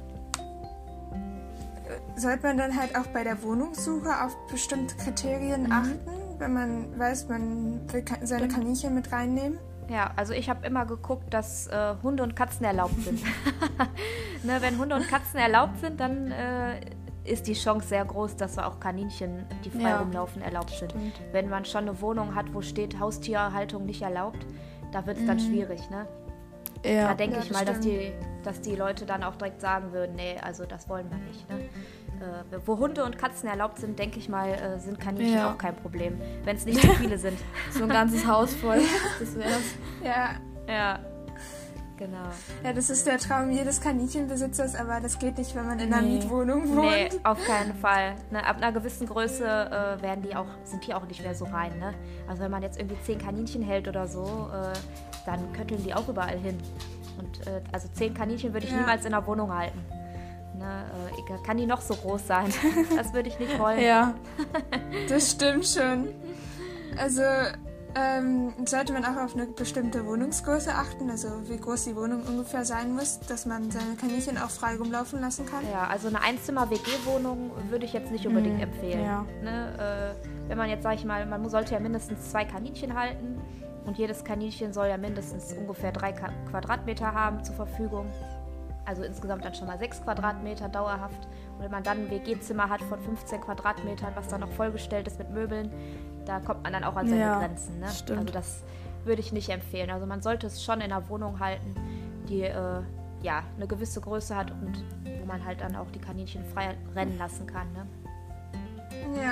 Sollte man dann halt auch bei der Wohnungssuche auf bestimmte Kriterien achten, wenn man weiß, man will seine Kaninchen mit reinnehmen? Ja, also ich habe immer geguckt, dass Hunde und Katzen erlaubt sind. Ne, wenn Hunde und Katzen erlaubt sind, dann ist die Chance sehr groß, dass auch Kaninchen, die frei rumlaufen, erlaubt sind. Wenn man schon eine Wohnung hat, wo steht Haustierhaltung nicht erlaubt, da wird es dann schwierig, ne? Ja. Da denke ich mal, dass die Leute dann auch direkt sagen würden, nee, also das wollen wir nicht, ne? Wo Hunde und Katzen erlaubt sind, denke ich mal, sind Kaninchen auch kein Problem, wenn es nicht zu viele sind. So ein ganzes Haus voll, das wär's. Ja, genau. Ja, das ist der Traum jedes Kaninchenbesitzers, aber das geht nicht, wenn man in einer Mietwohnung wohnt. Nee, auf keinen Fall. Ne, ab einer gewissen Größe sind die auch nicht mehr so rein. Ne? Also wenn man jetzt irgendwie 10 Kaninchen hält oder so, dann kötteln die auch überall hin. Und also 10 Kaninchen würde ich niemals in einer Wohnung halten. Ne, kann die noch so groß sein? Das würde ich nicht wollen. Ja, das stimmt schon. Also sollte man auch auf eine bestimmte Wohnungsgröße achten, also wie groß die Wohnung ungefähr sein muss, dass man seine Kaninchen auch frei rumlaufen lassen kann? Ja, also eine Einzimmer-WG-Wohnung würde ich jetzt nicht unbedingt empfehlen. Ja. Ne, wenn man jetzt, sag ich mal, man sollte ja mindestens 2 Kaninchen halten und jedes Kaninchen soll ja mindestens ungefähr 3 Quadratmeter haben zur Verfügung. Also insgesamt dann schon mal 6 Quadratmeter dauerhaft. Und wenn man dann ein WG-Zimmer hat von 15 Quadratmetern, was dann noch vollgestellt ist mit Möbeln, da kommt man dann auch an seine Grenzen. Ne? Stimmt. Also das würde ich nicht empfehlen. Also man sollte es schon in einer Wohnung halten, die eine gewisse Größe hat und wo man halt dann auch die Kaninchen frei rennen lassen kann. Ne? Ja.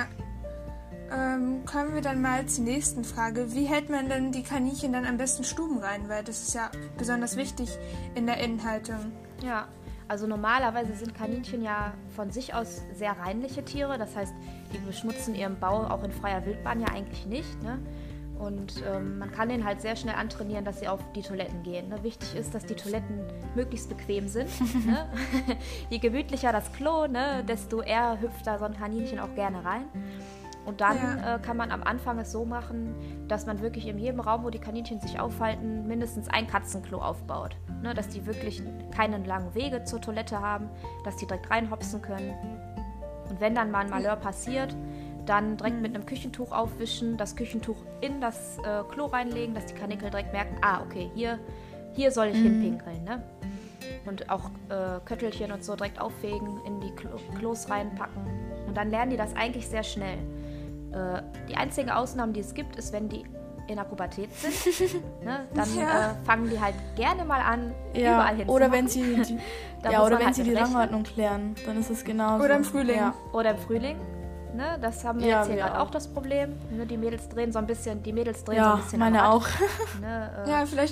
Kommen wir dann mal zur nächsten Frage. Wie hält man denn die Kaninchen dann am besten stubenrein? Weil das ist ja besonders wichtig in der Innenhaltung. Ja, also normalerweise sind Kaninchen ja von sich aus sehr reinliche Tiere. Das heißt, die beschmutzen ihren Bau auch in freier Wildbahn ja eigentlich nicht. Ne? Und man kann denen halt sehr schnell antrainieren, dass sie auf die Toiletten gehen. Ne? Wichtig ist, dass die Toiletten möglichst bequem sind. Ne? Je gemütlicher das Klo, ne, desto eher hüpft da so ein Kaninchen auch gerne rein. Und dann kann man am Anfang es so machen, dass man wirklich in jedem Raum, wo die Kaninchen sich aufhalten, mindestens ein Katzenklo aufbaut. Ne, dass die wirklich keine langen Wege zur Toilette haben, dass die direkt reinhopsen können. Und wenn dann mal ein Malheur passiert, dann direkt mit einem Küchentuch aufwischen, das Küchentuch in das Klo reinlegen, dass die Kaninchen direkt merken, okay, hier soll ich hinpinkeln. Ne? Und auch Köttelchen und so direkt auffegen, in die Klos reinpacken. Und dann lernen die das eigentlich sehr schnell. Die einzige Ausnahme, die es gibt, ist, wenn die in der Pubertät sind. Ne? Dann fangen die halt gerne mal an, überall hinzumachen. Oder wenn sie die Rangordnung klären, dann ist es genauso. Oder im Frühling. Ja. Oder im Frühling. Ne? Das haben wir jetzt hier gerade auch das Problem. Ne? Die Mädels drehen so ein bisschen meine auch. Ne? Ja, vielleicht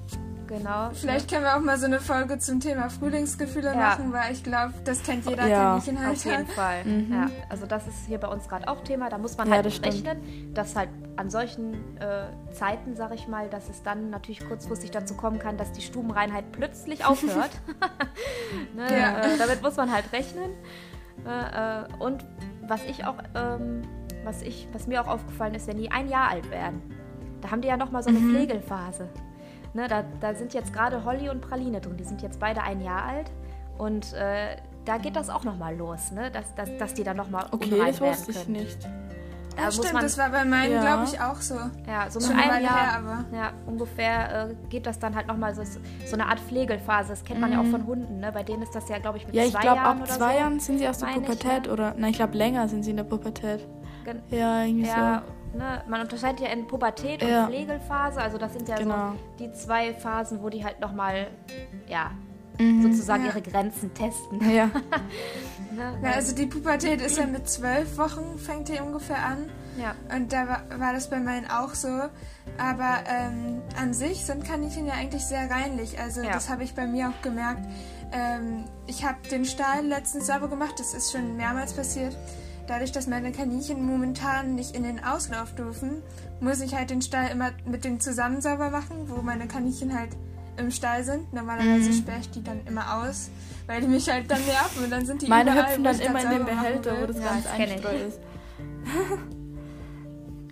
können wir auch mal so eine Folge zum Thema Frühlingsgefühle machen, weil ich glaube, das kennt jeder Kaninchenhalter. Auf jeden Fall. Ja, also das ist hier bei uns gerade auch Thema. Da muss man halt rechnen, dass halt an solchen Zeiten, sag ich mal, dass es dann natürlich kurzfristig dazu kommen kann, dass die Stubenreinheit plötzlich aufhört. Ne? Damit muss man halt rechnen. Und was mir auch aufgefallen ist, wenn die 1 Jahr alt werden, da haben die ja nochmal so eine Pflegelphase. Ne, da sind jetzt gerade Holly und Praline drin, die sind jetzt beide 1 Jahr alt und da geht das auch nochmal los, ne? dass die dann nochmal unrein werden können. Okay, das wusste ich nicht. Ja, stimmt, das war bei meinen, glaube ich, auch so. Ja, so mit 1 Jahr ungefähr geht das dann halt nochmal so eine Art Pflegelphase. Das kennt man ja auch von Hunden, ne? Bei denen ist das ja, glaube ich, mit 2 Jahren oder so. Ja, ich glaube, ab 2 Jahren sind sie aus der Pubertät oder, nein, ich glaube, länger sind sie in der Pubertät. Ja, irgendwie so. Ne, man unterscheidet ja in Pubertät und Pflegelphase, also das sind ja so die 2 Phasen, wo die halt nochmal, sozusagen ihre Grenzen testen. Ja. Ne, also die Pubertät ist ja mit 12 Wochen, fängt die ungefähr an. Ja. Und da war das bei meinen auch so. Aber an sich sind Kaninchen ja eigentlich sehr reinlich. Also das habe ich bei mir auch gemerkt. Ich habe den Stall letztens sauber gemacht, das ist schon mehrmals passiert. Dadurch, dass meine Kaninchen momentan nicht in den Auslauf dürfen, muss ich halt den Stall immer mit denen zusammen sauber machen, wo meine Kaninchen halt im Stall sind. Normalerweise sperre ich die dann immer aus, weil die mich halt dann nerven und dann sind die meine überall, hüpfen dann immer in den Behälter, wo das ganz eingestreut ist.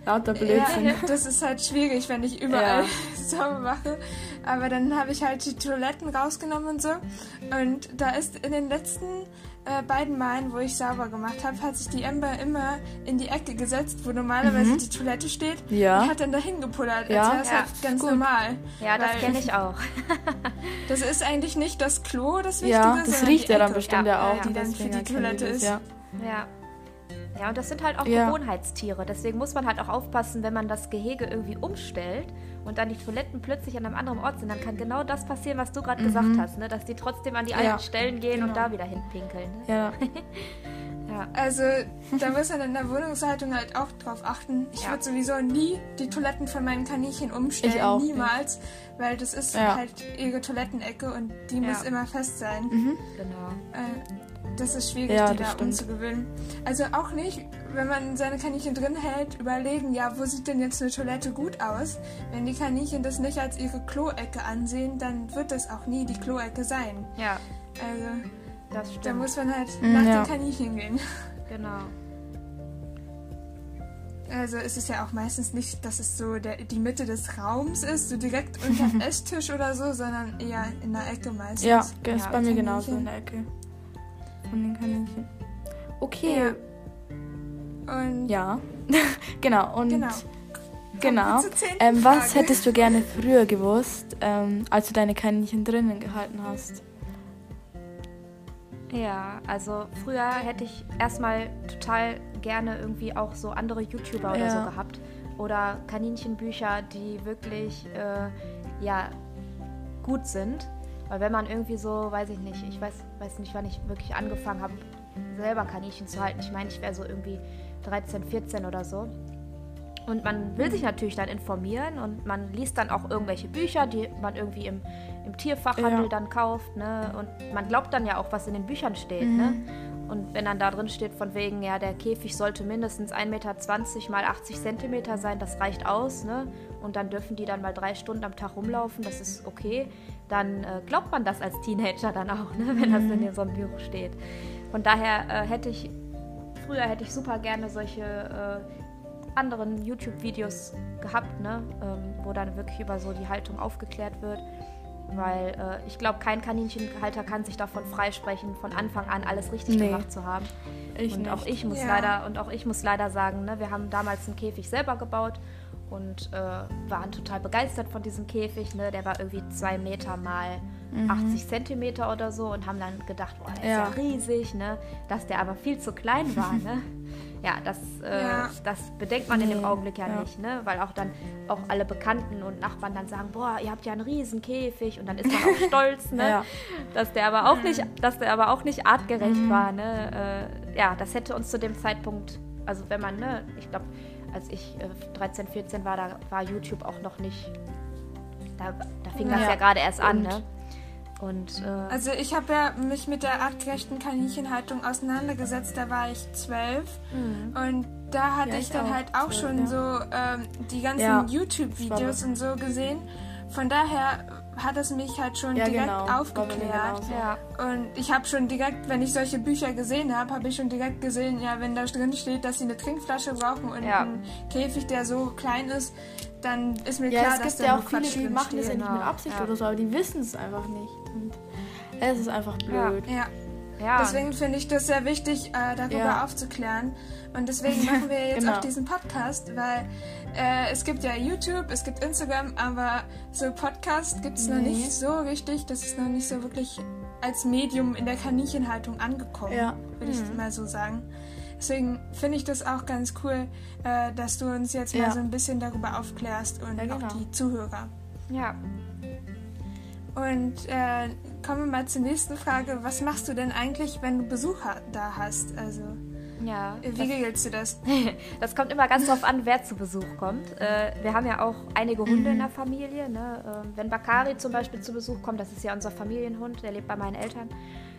Lauter Blödsinn. Ja, das ist halt schwierig, wenn ich überall sauber mache. Aber dann habe ich halt die Toiletten rausgenommen und so. Und da ist in den letzten beiden Malen, wo ich sauber gemacht habe, hat sich die Amber immer in die Ecke gesetzt, wo normalerweise die Toilette steht. Ja. Und hat dann dahin gepullert. Ja. Also das ist halt ganz normal. Ja, das kenne ich auch. Das ist eigentlich nicht das Klo, das Wichtige, Ja, das sondern riecht die ja dann Ecke, bestimmt auch. die dann für die Toilette ist. Ja. Ja, und das sind halt auch Gewohnheitstiere. Deswegen muss man halt auch aufpassen, wenn man das Gehege irgendwie umstellt und dann die Toiletten plötzlich an einem anderen Ort sind, dann kann genau das passieren, was du gerade gesagt hast, ne? Dass die trotzdem an die alten Stellen gehen und da wieder hinpinkeln. Ne? Ja. Also da muss man in der Wohnungshaltung halt auch drauf achten. Ich würde sowieso nie die Toiletten von meinen Kaninchen umstellen. Ich auch niemals. Nicht. Weil das ist halt ihre Toilettenecke und die muss immer fest sein. Genau. Das ist schwierig, die da umzugewöhnen. Also auch nicht, wenn man seine Kaninchen drin hält, überlegen, wo sieht denn jetzt eine Toilette gut aus? Wenn die Kaninchen das nicht als ihre Kloecke ansehen, dann wird das auch nie die Kloecke sein. Ja. Also das stimmt. Da muss man halt nach den Kaninchen gehen. Genau. Also es ist ja auch meistens nicht, dass es so die Mitte des Raums ist, so direkt unter dem Esstisch oder so, sondern eher in der Ecke meistens. Ja, das ist bei mir genauso in der Ecke. Von den Kaninchen. Okay. Und genau. Und genau. Was hättest du gerne früher gewusst, als du deine Kaninchen drinnen gehalten hast? Ja, also früher hätte ich erstmal total gerne irgendwie auch so andere YouTuber oder so gehabt. Oder Kaninchenbücher, die wirklich gut sind. Weil wenn man irgendwie so, weiß ich nicht, ich weiß nicht, wann ich wirklich angefangen habe, selber Kaninchen zu halten. Ich meine, ich wäre so irgendwie 13, 14 oder so. Und man will sich natürlich dann informieren und man liest dann auch irgendwelche Bücher, die man irgendwie im Tierfachhandel dann kauft. Ne? Und man glaubt dann ja auch, was in den Büchern steht. Ne? Und wenn dann da drin steht von wegen, der Käfig sollte mindestens 1,20 Meter mal 80 Zentimeter sein, das reicht aus. Ne? Und dann dürfen die dann mal 3 Stunden am Tag rumlaufen, das ist okay. Dann glaubt man das als Teenager dann auch, ne? Wenn das in so einem Buch steht. Von daher hätte ich super gerne solche anderen YouTube-Videos gehabt, ne? Wo dann wirklich über so die Haltung aufgeklärt wird. Weil ich glaube, kein Kaninchenhalter kann sich davon freisprechen, von Anfang an alles richtig gemacht zu haben. Auch ich muss leider sagen, ne, wir haben damals einen Käfig selber gebaut und waren total begeistert von diesem Käfig. Ne? Der war irgendwie 2 Meter mal 80 Zentimeter oder so und haben dann gedacht, boah, der ist ja riesig, ne? Dass der aber viel zu klein war. Ne? Ja, das bedenkt man in dem Augenblick nicht, ne? Weil auch dann auch alle Bekannten und Nachbarn dann sagen, boah, ihr habt ja einen riesen Käfig und dann ist man auch stolz, ne? Dass der aber auch nicht artgerecht war, ne? Das hätte uns zu dem Zeitpunkt, also wenn man, ne, ich glaube, als ich 13, 14 war, da war YouTube auch noch nicht, da fing das ja gerade erst an, ne? Und, also ich habe mich mit der artgerechten Kaninchenhaltung auseinandergesetzt, da war ich 12 und da hatte ich dann halt auch 12, schon so die ganzen YouTube-Videos und so gesehen. Von daher hat es mich halt schon direkt aufgeklärt. Und ich habe schon direkt, wenn ich solche Bücher gesehen habe, habe ich schon direkt gesehen, wenn da drin steht, dass sie eine Trinkflasche brauchen und einen Käfig, der so klein ist, dann ist mir klar, dass da auch viele, die machen das ja nicht mit Absicht oder so, aber die wissen es einfach nicht. Und es ist einfach blöd. Ja. Deswegen finde ich das sehr wichtig, darüber aufzuklären. Und deswegen machen wir jetzt auch diesen Podcast, weil es gibt ja YouTube, es gibt Instagram, aber so Podcast gibt es noch nicht so richtig. Das ist noch nicht so wirklich als Medium in der Kaninchenhaltung angekommen, würde ich mal so sagen. Deswegen finde ich das auch ganz cool, dass du uns jetzt mal so ein bisschen darüber aufklärst und auch die Zuhörer. Ja. Und kommen wir mal zur nächsten Frage. Was machst du denn eigentlich, wenn du Besucher da hast? Also, wie regelst du das? Das kommt immer ganz drauf an, wer zu Besuch kommt. Wir haben ja auch einige Hunde in der Familie. Ne? Wenn Bakari zum Beispiel zu Besuch kommt, das ist ja unser Familienhund, der lebt bei meinen Eltern,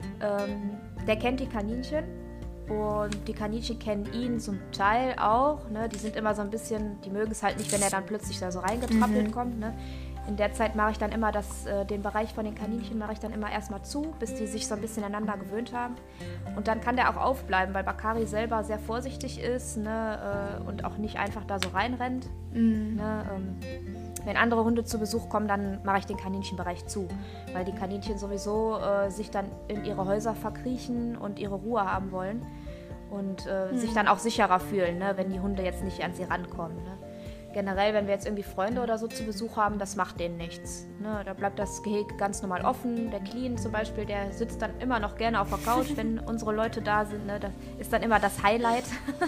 der kennt die Kaninchen. Und die Kaninchen kennen ihn zum Teil auch. Ne? Die sind immer so ein bisschen, die mögen es halt nicht, wenn er dann plötzlich da so reingetrappelt kommt. Ne? in der Zeit mache ich dann immer den Bereich von den Kaninchen mache ich dann immer erstmal zu, bis die sich so ein bisschen aneinander gewöhnt haben. Und dann kann der auch aufbleiben, weil Bakari selber sehr vorsichtig ist, ne, und auch nicht einfach da so reinrennt. Ne, wenn andere Hunde zu Besuch kommen, dann mache ich den Kaninchenbereich zu, weil die Kaninchen sowieso sich dann in ihre Häuser verkriechen und ihre Ruhe haben wollen und sich dann auch sicherer fühlen, ne, wenn die Hunde jetzt nicht an sie rankommen. Ne. Generell, wenn wir jetzt irgendwie Freunde oder so zu Besuch haben, das macht denen nichts. Ne? Da bleibt das Gehege ganz normal offen. Der Clean zum Beispiel, der sitzt dann immer noch gerne auf der Couch, wenn unsere Leute da sind. Ne? Das ist dann immer das Highlight.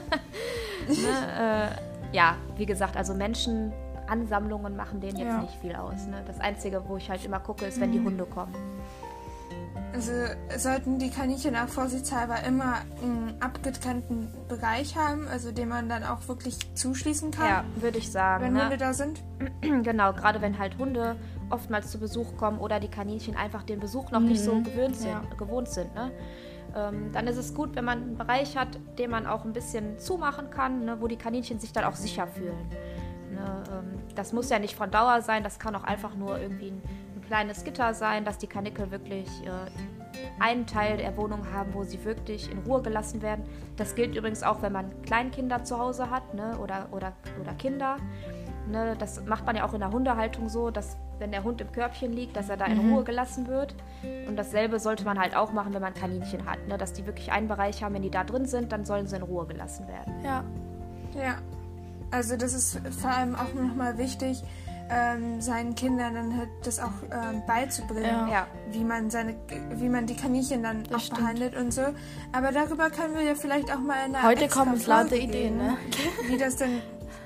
Ne? Ja, wie gesagt, also Menschenansammlungen machen denen jetzt nicht viel aus. Ne? Das Einzige, wo ich halt immer gucke, ist, wenn die Hunde kommen. Also sollten die Kaninchen auch vorsichtshalber immer einen abgetrennten Bereich haben, also den man dann auch wirklich zuschließen kann? Ja, würde ich sagen. Wenn Hunde da sind? Genau, gerade wenn halt Hunde oftmals zu Besuch kommen oder die Kaninchen einfach den Besuch noch nicht so gewohnt sind. Ne? Dann ist es gut, wenn man einen Bereich hat, den man auch ein bisschen zumachen kann, ne, wo die Kaninchen sich dann auch sicher fühlen. Ne? Das muss ja nicht von Dauer sein, das kann auch einfach nur irgendwie ein kleines Gitter sein, dass die Kanickel wirklich einen Teil der Wohnung haben, wo sie wirklich in Ruhe gelassen werden. Das gilt übrigens auch, wenn man Kleinkinder zu Hause hat, ne, oder Kinder. Ne, das macht man ja auch in der Hundehaltung so, dass wenn der Hund im Körbchen liegt, dass er da in Ruhe gelassen wird. Und dasselbe sollte man halt auch machen, wenn man Kaninchen hat, ne, dass die wirklich einen Bereich haben, wenn die da drin sind, dann sollen sie in Ruhe gelassen werden. Ja. Also das ist vor allem auch nochmal wichtig, seinen Kindern dann halt das auch beizubringen, wie man die Kaninchen dann auch behandelt und so. Aber darüber können wir ja vielleicht auch mal in einer Heute kommen uns laute Ideen, ne? Wie das dann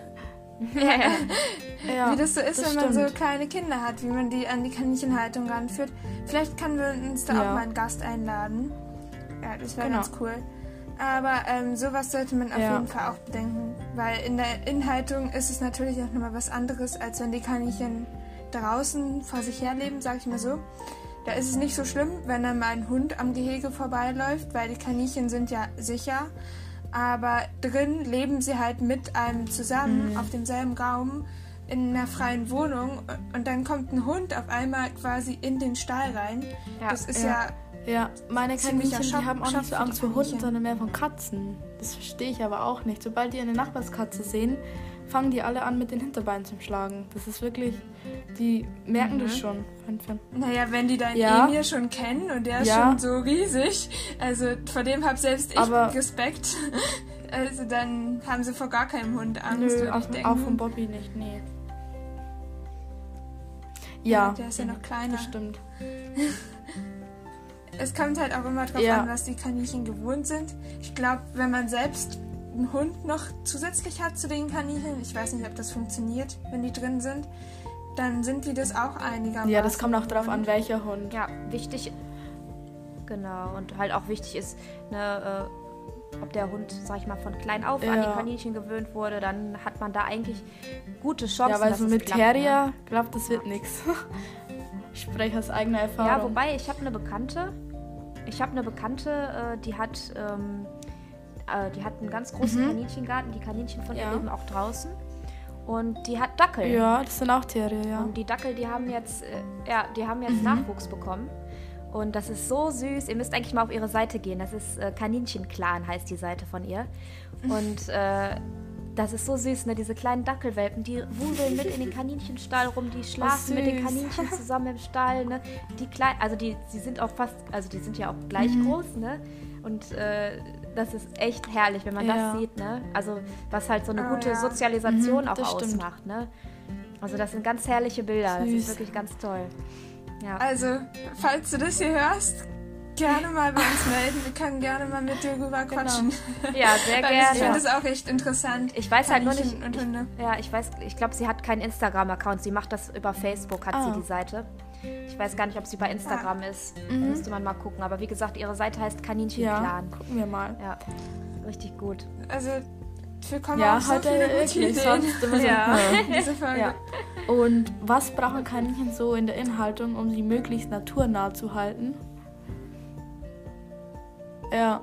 wie das so ist, wenn man so kleine Kinder hat, wie man die an die Kaninchenhaltung ranführt. Vielleicht können wir uns da auch mal einen Gast einladen. Ja, das wäre ganz cool. Aber sowas sollte man auf jeden Fall auch bedenken, weil in der Inhaltung ist es natürlich auch nochmal was anderes, als wenn die Kaninchen draußen vor sich herleben, sag ich mal so. Da ist es nicht so schlimm, wenn dann mal ein Hund am Gehege vorbeiläuft, weil die Kaninchen sind ja sicher. Aber drin leben sie halt mit einem zusammen auf demselben Raum in einer freien Wohnung und dann kommt ein Hund auf einmal quasi in den Stall rein. Ja, das ist ja, meine Kaninchen, die haben auch nicht so Angst vor Hunden, sondern mehr von Katzen. Das verstehe ich aber auch nicht. Sobald die eine Nachbarskatze sehen, fangen die alle an, mit den Hinterbeinen zu schlagen. Das ist wirklich, die merken das schon. Naja, wenn die deinen Emir schon kennen und der ist schon so riesig, also vor dem habe selbst ich Respekt. Also dann haben sie vor gar keinem Hund Angst, würde ich denken. Auch von Bobby nicht, nee. Ja. Der ist ja noch kleiner. Das stimmt. Es kommt halt auch immer drauf an, was die Kaninchen gewohnt sind. Ich glaube, wenn man selbst einen Hund noch zusätzlich hat zu den Kaninchen, ich weiß nicht, ob das funktioniert, wenn die drin sind, dann sind die das auch einigermaßen. Ja, das kommt auch drauf an, welcher Hund. Ja, wichtig, genau, und halt auch wichtig ist, ne, ob der Hund, sag ich mal, von klein auf an die Kaninchen gewöhnt wurde, dann hat man da eigentlich gute Chancen, ja, weil dass so mit klappt, Terrier, glaubt, das wird nichts. Ich spreche aus eigener Erfahrung. Ja, wobei, ich habe eine Bekannte, die hat einen ganz großen Kaninchengarten. Die Kaninchen von ihr leben auch draußen. Und die hat Dackel. Ja, das sind auch Terrier, ja. Und die Dackel, die haben jetzt Nachwuchs bekommen. Und das ist so süß. Ihr müsst eigentlich mal auf ihre Seite gehen. Das ist Kaninchenclan, heißt die Seite von ihr. Und das ist so süß, ne? Diese kleinen Dackelwelpen, die wuseln mit in den Kaninchenstall rum, die schlafen mit den Kaninchen zusammen im Stall, ne? Sie sind auch fast, also die sind ja auch gleich groß, ne? Und das ist echt herrlich, wenn man das sieht, ne? Also was halt so eine gute Sozialisation auch ausmacht, ne? Also das sind ganz herrliche Bilder, das ist wirklich ganz toll. Ja. Also, falls du das hier hörst, gerne mal bei uns melden. Wir können gerne mal mit dir rüber quatschen. Genau. Ja, sehr gerne. Ich finde das auch echt interessant. Ich weiß halt nur nicht. Ich glaube, sie hat keinen Instagram-Account. Sie macht das über Facebook, hat sie die Seite. Ich weiß gar nicht, ob sie bei Instagram ist. Müsste man mal gucken. Aber wie gesagt, ihre Seite heißt Kaninchenclan. Ja, gucken wir mal. Ja, richtig gut. Also, wir kommen auch so viele gute Ideen. Sonst immer so diese Folge. Ja. Und was brauchen Kaninchen so in der Inhaltung, um sie möglichst naturnah zu halten? Ja.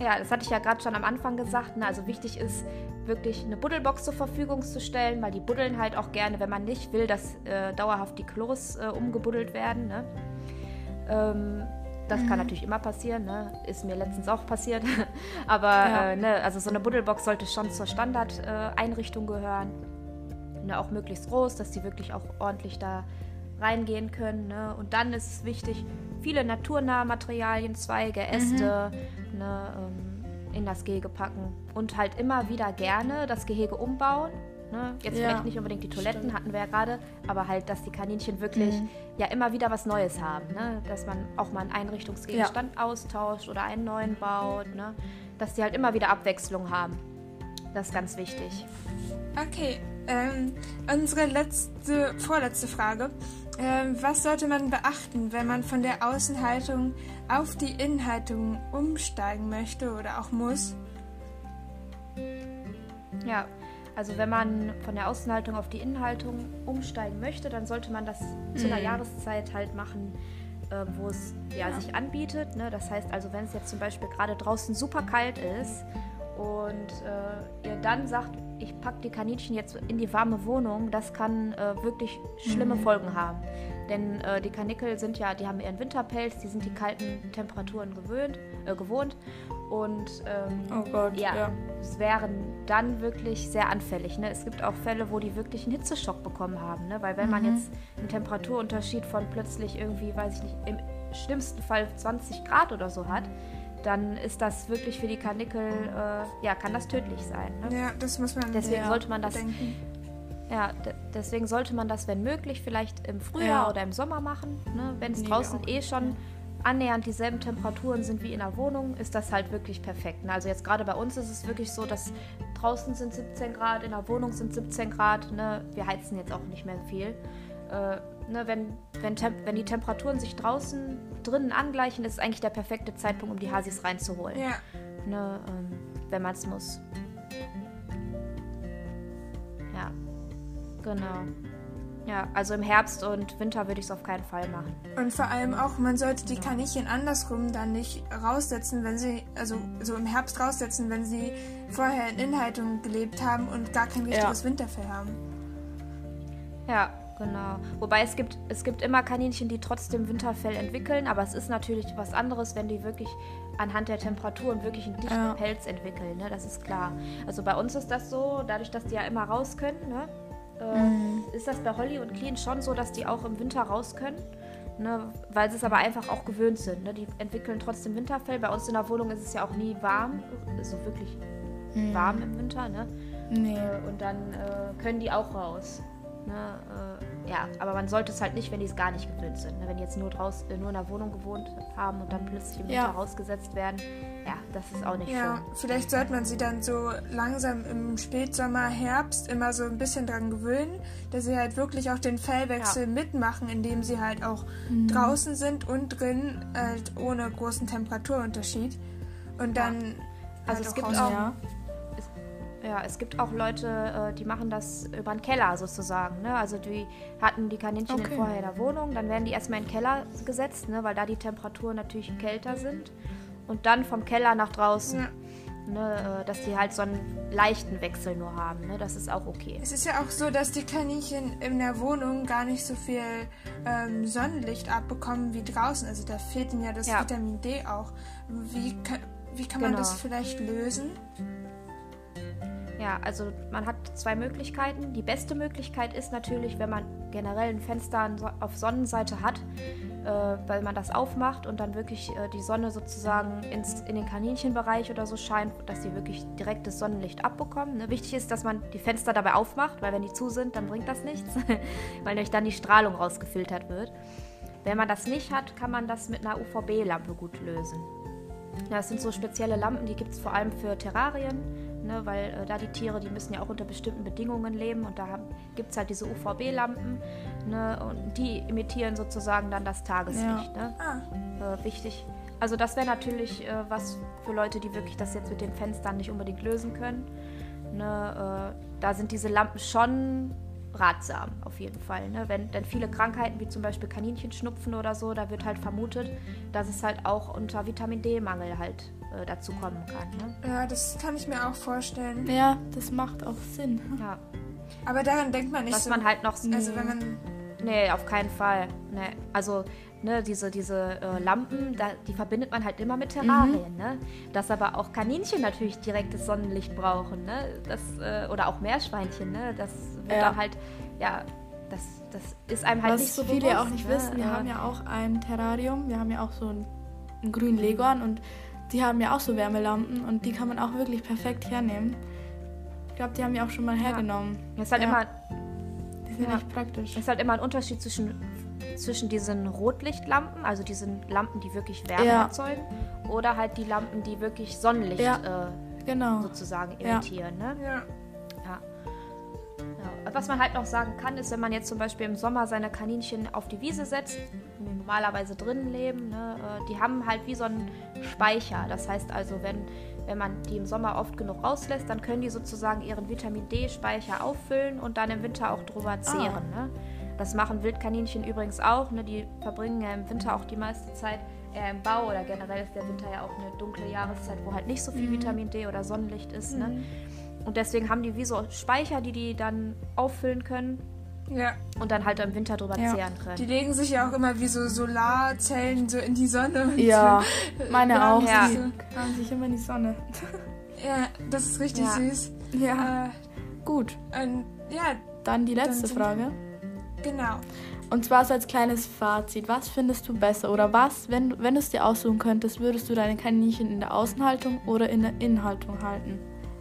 Ja, das hatte ich ja gerade schon am Anfang gesagt. Ne? Also wichtig ist, wirklich eine Buddelbox zur Verfügung zu stellen, weil die buddeln halt auch gerne, wenn man nicht will, dass dauerhaft die Klos umgebuddelt werden. Ne? Das kann natürlich immer passieren, ne? Ist mir letztens auch passiert. Aber ne, also so eine Buddelbox sollte schon zur Standardeinrichtung gehören. Ne? Auch möglichst groß, dass die wirklich auch ordentlich da reingehen können. Ne? Und dann ist es wichtig, viele naturnahe Materialien, Zweige, Äste, ne, in das Gehege packen. Und halt immer wieder gerne das Gehege umbauen. Ne? Jetzt vielleicht nicht unbedingt die Toiletten, hatten wir ja gerade, aber halt, dass die Kaninchen wirklich ja immer wieder was Neues haben. Ne? Dass man auch mal einen Einrichtungsgegenstand austauscht oder einen neuen baut. Ne? Dass die halt immer wieder Abwechslung haben. Das ist ganz wichtig. Okay, unsere vorletzte Frage. Was sollte man beachten, wenn man von der Außenhaltung auf die Innenhaltung umsteigen möchte oder auch muss? Ja, also wenn man von der Außenhaltung auf die Innenhaltung umsteigen möchte, dann sollte man das zu einer Jahreszeit halt machen, wo es sich anbietet. Ne? Das heißt also, wenn es jetzt zum Beispiel gerade draußen super kalt ist und ihr dann sagt, ich packe die Kaninchen jetzt in die warme Wohnung, das kann wirklich schlimme Folgen haben. Denn die Karnickel die haben ihren Winterpelz, die sind die kalten Temperaturen gewohnt. Und es wären dann wirklich sehr anfällig. Ne? Es gibt auch Fälle, wo die wirklich einen Hitzeschock bekommen haben. Ne? Weil wenn man jetzt einen Temperaturunterschied von plötzlich irgendwie, weiß ich nicht, im schlimmsten Fall 20 Grad oder so hat, dann ist das wirklich für die Karnickel, kann das tödlich sein. Ne? Ja, das muss man bedenken. Ja, deswegen sollte man das, wenn möglich, vielleicht im Frühjahr oder im Sommer machen. Ne? Wenn es draußen schon annähernd dieselben Temperaturen sind wie in der Wohnung, ist das halt wirklich perfekt. Ne? Also jetzt gerade bei uns ist es wirklich so, dass draußen sind 17 Grad, in der Wohnung sind 17 Grad. Ne? Wir heizen jetzt auch nicht mehr viel. Ne? Wenn die Temperaturen sich drinnen angleichen, ist es eigentlich der perfekte Zeitpunkt, um die Hasis reinzuholen. Ja. Ne? Wenn man es muss. Ja, genau. Ja, also im Herbst und Winter würde ich es auf keinen Fall machen. Und vor allem auch, man sollte die Kaninchen andersrum dann nicht raussetzen, wenn sie, also so im Herbst raussetzen, wenn sie vorher in Innenhaltung gelebt haben und gar kein richtiges Winterfell haben. Ja, genau. Wobei es gibt immer Kaninchen, die trotzdem Winterfell entwickeln, aber es ist natürlich was anderes, wenn die wirklich anhand der Temperaturen wirklich einen dichten Pelz entwickeln, ne? Das ist klar. Also bei uns ist das so, dadurch, dass die ja immer raus können, ne? Ist das bei Holly und Clean schon so, dass die auch im Winter raus können, ne? Weil sie es aber einfach auch gewöhnt sind. Ne? Die entwickeln trotzdem Winterfell. Bei uns in der Wohnung ist es ja auch nie warm, so wirklich warm im Winter. Ne? Nee. Und dann können die auch raus. Ne? Aber man sollte es halt nicht, wenn die es gar nicht gewöhnt sind. Ne? Wenn die jetzt nur in der Wohnung gewohnt haben und dann plötzlich im Winter rausgesetzt werden, das ist auch nicht schön. Ja, vielleicht sollte man sie dann so langsam im Spätsommer, Herbst immer so ein bisschen dran gewöhnen, dass sie halt wirklich auch den Fellwechsel mitmachen, indem sie halt auch draußen sind und drin, halt ohne großen Temperaturunterschied. Und dann also es gibt auch... Ja, es gibt auch Leute, die machen das über den Keller sozusagen. Ne? Also die hatten die Kaninchen vorher in der Wohnung, dann werden die erstmal in den Keller gesetzt, ne? Weil da die Temperaturen natürlich kälter sind. Und dann vom Keller nach draußen, ne? Dass die halt so einen leichten Wechsel nur haben. Ne? Das ist auch okay. Es ist ja auch so, dass die Kaninchen in der Wohnung gar nicht so viel Sonnenlicht abbekommen wie draußen. Also da fehlt ihnen ja das Vitamin D auch. Wie kann man das vielleicht lösen? Ja, also man hat zwei Möglichkeiten. Die beste Möglichkeit ist natürlich, wenn man generell ein Fenster auf Sonnenseite hat, weil man das aufmacht und dann wirklich die Sonne sozusagen in den Kaninchenbereich oder so scheint, dass sie wirklich direkt das Sonnenlicht abbekommen. Ne? Wichtig ist, dass man die Fenster dabei aufmacht, weil wenn die zu sind, dann bringt das nichts, weil nämlich dann die Strahlung rausgefiltert wird. Wenn man das nicht hat, kann man das mit einer UVB-Lampe gut lösen. Das sind so spezielle Lampen, die gibt es vor allem für Terrarien, ne, weil da die Tiere, die müssen ja auch unter bestimmten Bedingungen leben und da gibt es halt diese UVB-Lampen, ne, und die imitieren sozusagen dann das Tageslicht. Ja. Ne? Wichtig. Also das wäre natürlich was für Leute, die wirklich das jetzt mit den Fenstern nicht unbedingt lösen können. Ne, da sind diese Lampen schon ratsam, auf jeden Fall. Ne? Denn viele Krankheiten, wie zum Beispiel Kaninchenschnupfen oder so, da wird halt vermutet, dass es halt auch unter Vitamin D-Mangel halt dazu kommen kann. Ne? Ja, das kann ich mir auch vorstellen. Ja, das macht auch Sinn. Ja. Aber daran denkt man nicht Was so. man halt noch... Also wenn man... Nee, auf keinen Fall. Nee. Also, ne, diese Lampen, die verbindet man halt immer mit Terrarien, ne? Dass aber auch Kaninchen natürlich direktes Sonnenlicht brauchen, ne? Das, oder auch Meerschweinchen, ne? Das wird dann halt, ja, das ist einem halt nicht so bewusst. Was viele auch nicht wissen, wir haben ja auch ein Terrarium, wir haben ja auch so einen grünen Leguan und die haben ja auch so Wärmelampen und die kann man auch wirklich perfekt hernehmen. Ich glaube, die haben wir auch schon mal hergenommen. Das ist halt immer... Die sind echt praktisch. Es ist halt immer ein Unterschied zwischen diesen Rotlichtlampen, also diesen Lampen, die wirklich Wärme erzeugen, oder halt die Lampen, die wirklich Sonnenlicht sozusagen imitieren. Ne? Ja. Was man halt noch sagen kann, ist, wenn man jetzt zum Beispiel im Sommer seine Kaninchen auf die Wiese setzt, die normalerweise drinnen leben, ne, die haben halt wie so einen Speicher. Das heißt also, wenn man die im Sommer oft genug rauslässt, dann können die sozusagen ihren Vitamin-D-Speicher auffüllen und dann im Winter auch drüber zehren. Ne? Das machen Wildkaninchen übrigens auch. Ne? Die verbringen ja im Winter auch die meiste Zeit eher im Bau oder generell ist der Winter ja auch eine dunkle Jahreszeit, wo halt nicht so viel Vitamin D oder Sonnenlicht ist. Ne? Und deswegen haben die wie so Speicher, die dann auffüllen können und dann halt im Winter drüber zehren können. Die legen sich ja auch immer wie so Solarzellen so in die Sonne. Ja, meine auch. Ja. Die haben sich immer in die Sonne. Ja, das ist richtig süß. Ja, gut. Dann die letzte Frage. Genau. Und zwar so als kleines Fazit. Was findest du besser? Oder was, wenn du es dir aussuchen könntest, würdest du deine Kaninchen in der Außenhaltung oder in der Innenhaltung halten?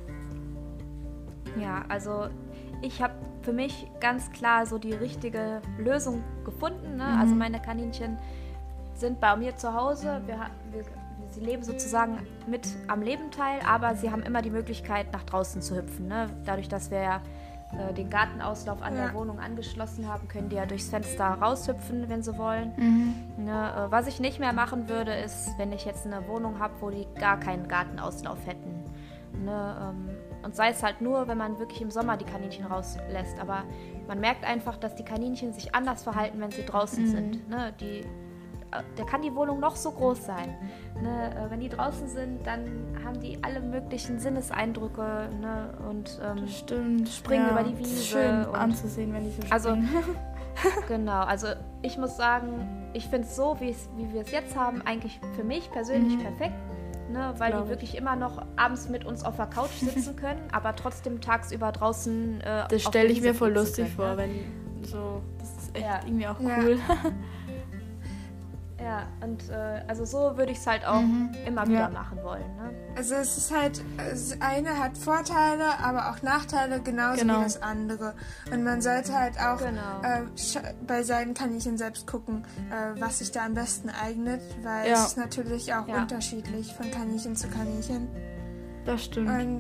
Ja, also ich habe für mich ganz klar so die richtige Lösung gefunden. Ne? Also meine Kaninchen sind bei mir zu Hause. Sie leben sozusagen mit am Leben teil, aber sie haben immer die Möglichkeit, nach draußen zu hüpfen. Ne? Dadurch, dass wir ja den Gartenauslauf an der Wohnung angeschlossen haben, können die ja durchs Fenster raushüpfen, wenn sie wollen. Ne? Was ich nicht mehr machen würde, ist, wenn ich jetzt eine Wohnung habe, wo die gar keinen Gartenauslauf hätten. Ne? Und sei es halt nur, wenn man wirklich im Sommer die Kaninchen rauslässt. Aber man merkt einfach, dass die Kaninchen sich anders verhalten, wenn sie draußen sind. Ne? Da kann die Wohnung noch so groß sein. Ne? Wenn die draußen sind, dann haben die alle möglichen Sinneseindrücke, ne? Und springen über die Wiese. Schön anzusehen, wenn die so springen. Also, genau, also ich muss sagen, ich finde es so, wie wir es jetzt haben, eigentlich für mich persönlich perfekt. Ne, weil die wirklich immer noch abends mit uns auf der Couch sitzen können, aber trotzdem tagsüber draußen das stelle ich mir voll lustig vor, wenn so, das ist echt irgendwie auch cool. Ja, und also so würde ich es halt auch immer wieder machen wollen. Ne? Also es ist halt, das eine hat Vorteile, aber auch Nachteile, genauso wie das andere. Und man sollte halt auch bei seinen Kaninchen selbst gucken, was sich da am besten eignet, weil es ist natürlich auch unterschiedlich von Kaninchen zu Kaninchen. Das stimmt. Und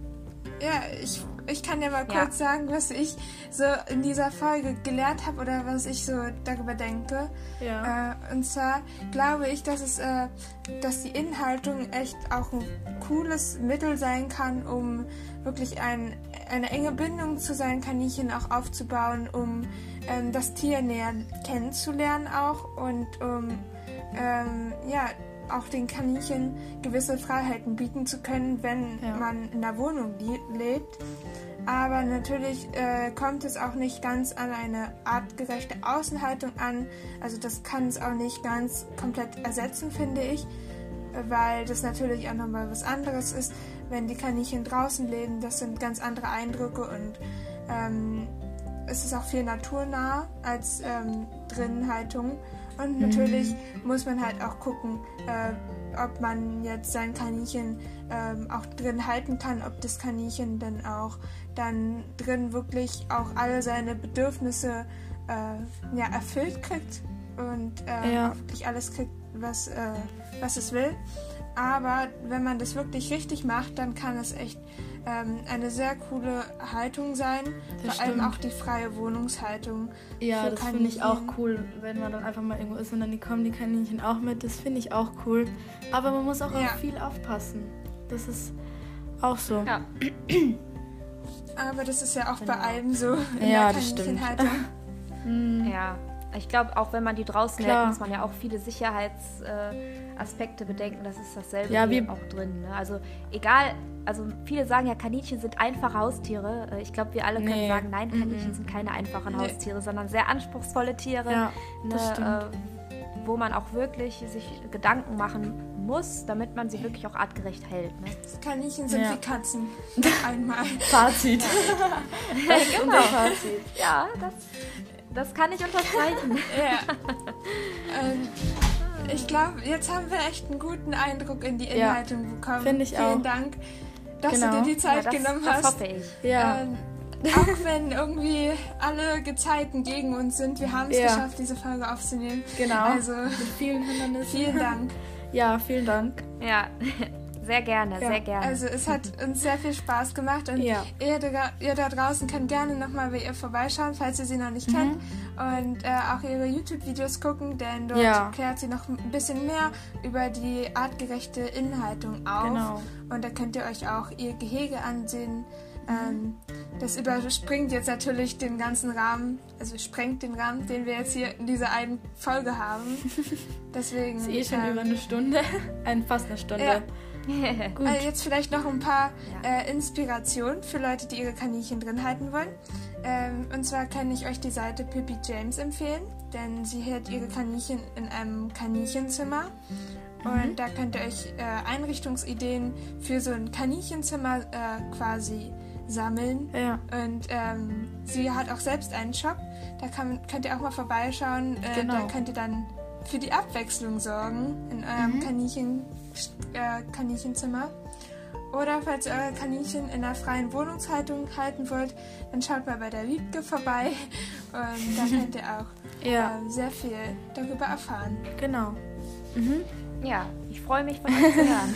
ich kann ja mal kurz sagen, was ich so in dieser Folge gelernt habe oder was ich so darüber denke. Ja. Und zwar glaube ich, dass die Innenhaltung echt auch ein cooles Mittel sein kann, um wirklich eine enge Bindung zu seinen Kaninchen auch aufzubauen, um das Tier näher kennenzulernen auch und auch den Kaninchen gewisse Freiheiten bieten zu können, wenn man in der Wohnung lebt. Aber natürlich kommt es auch nicht ganz an eine artgerechte Außenhaltung an. Also das kann es auch nicht ganz komplett ersetzen, finde ich, weil das natürlich auch nochmal was anderes ist, wenn die Kaninchen draußen leben. Das sind ganz andere Eindrücke und es ist auch viel naturnah als Drinnenhaltung. Und natürlich muss man halt auch gucken, ob man jetzt sein Kaninchen auch drin halten kann, ob das Kaninchen dann auch dann drin wirklich auch alle seine Bedürfnisse erfüllt kriegt und auch wirklich alles kriegt, was es will. Aber wenn man das wirklich richtig macht, dann kann es echt eine sehr coole Haltung sein. Das vor allem auch die freie Wohnungshaltung. Ja, das finde ich auch cool, wenn man dann einfach mal irgendwo ist und dann kommen die Kaninchen auch mit. Das finde ich auch cool. Aber man muss auch auf viel aufpassen. Das ist auch so. Ja. Aber das ist ja auch bei allem so in der Kaninchenhaltung. Ja. Ich glaube, auch wenn man die draußen hält, muss man ja auch viele Sicherheitsaspekte bedenken. Das ist dasselbe hier auch drin. Ne? Also egal, also viele sagen ja, Kaninchen sind einfache Haustiere. Ich glaube, wir alle können sagen, nein, Kaninchen sind keine einfachen Haustiere, sondern sehr anspruchsvolle Tiere, wo man auch wirklich sich Gedanken machen muss, damit man sie wirklich auch artgerecht hält. Ne? Kaninchen sind wie Katzen. Einmal. Fazit. Das ist unser Fazit. Ja, das kann ich unterstreichen. Ich glaube, jetzt haben wir echt einen guten Eindruck in die Inhaltung bekommen. Finde ich auch. Vielen Dank, dass du dir die Zeit genommen hast. Das hoffe ich. Ja. Auch wenn irgendwie alle Gezeiten gegen uns sind, wir haben es geschafft, diese Folge aufzunehmen. Genau. Also mit vielen Hindernissen. Vielen Dank. Ja, vielen Dank. Ja. Sehr gerne, sehr gerne. Also es hat uns sehr viel Spaß gemacht und ihr da draußen könnt gerne nochmal bei ihr vorbeischauen, falls ihr sie noch nicht kennt und auch ihre YouTube-Videos gucken, denn dort klärt sie noch ein bisschen mehr über die artgerechte Inhaltung auf. Genau. Und da könnt ihr euch auch ihr Gehege ansehen. Das überspringt jetzt natürlich den ganzen Rahmen, also sprengt den Rahmen, den wir jetzt hier in dieser einen Folge haben. Deswegen ist schon über eine Stunde, fast eine Stunde. Ja. Gut. Jetzt vielleicht noch ein paar Inspirationen für Leute, die ihre Kaninchen drin halten wollen. Und zwar kann ich euch die Seite Pippi James empfehlen, denn sie hält ihre Kaninchen in einem Kaninchenzimmer. Und da könnt ihr euch Einrichtungsideen für so ein Kaninchenzimmer quasi sammeln. Ja. Und sie hat auch selbst einen Shop, da könnt ihr auch mal vorbeischauen. Da könnt ihr dann für die Abwechslung sorgen in eurem Kaninchenzimmer. Oder falls ihr eure Kaninchen in einer freien Wohnungshaltung halten wollt, dann schaut mal bei der Wiebke vorbei und da könnt ihr auch sehr viel darüber erfahren. Genau. Ja, ich freue mich, von euch zu hören.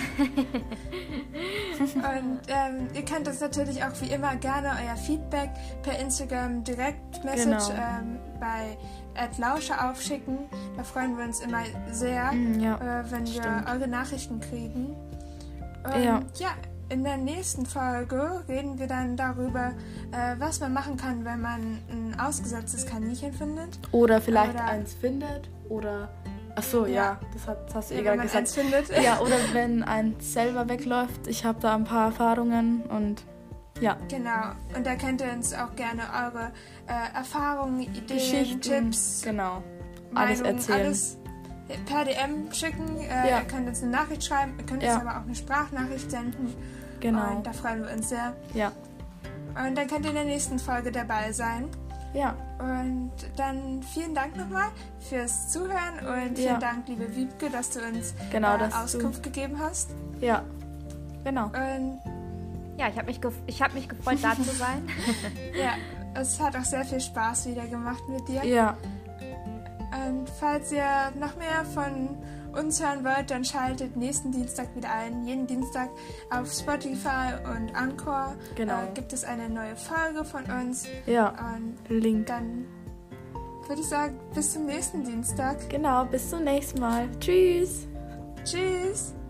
Und ihr könnt uns natürlich auch wie immer gerne euer Feedback per Instagram Direct-Message bei @lausche aufschicken. Da freuen wir uns immer sehr, wenn wir eure Nachrichten kriegen. Und in der nächsten Folge reden wir dann darüber, was man machen kann, wenn man ein ausgesetztes Kaninchen findet. Oder vielleicht eins findet. Oder... Achso, das hast du gerade gesagt. Findet. Ja, oder wenn eins selber wegläuft. Ich habe da ein paar Erfahrungen und ja. Genau. Und da könnt ihr uns auch gerne eure Erfahrungen, Ideen, Geschichten, Tipps, alles erzählen. Alles per DM schicken. Ihr könnt uns eine Nachricht schreiben, ihr könnt uns aber auch eine Sprachnachricht senden. Genau. Und da freuen wir uns sehr. Ja. Und dann könnt ihr in der nächsten Folge dabei sein. Ja. Und dann vielen Dank nochmal fürs Zuhören und vielen Dank, liebe Wiebke, dass du uns Auskunft gegeben hast. Ja, genau. Und ja, ich hab mich gefreut, da zu sein. Ja, es hat auch sehr viel Spaß wieder gemacht mit dir. Ja. Und falls ihr noch mehr von uns hören wollt, dann schaltet nächsten Dienstag wieder ein. Jeden Dienstag auf Spotify und Anchor gibt es eine neue Folge von uns. Ja, und Link. Dann würde ich sagen, bis zum nächsten Dienstag. Genau, bis zum nächsten Mal. Tschüss. Tschüss.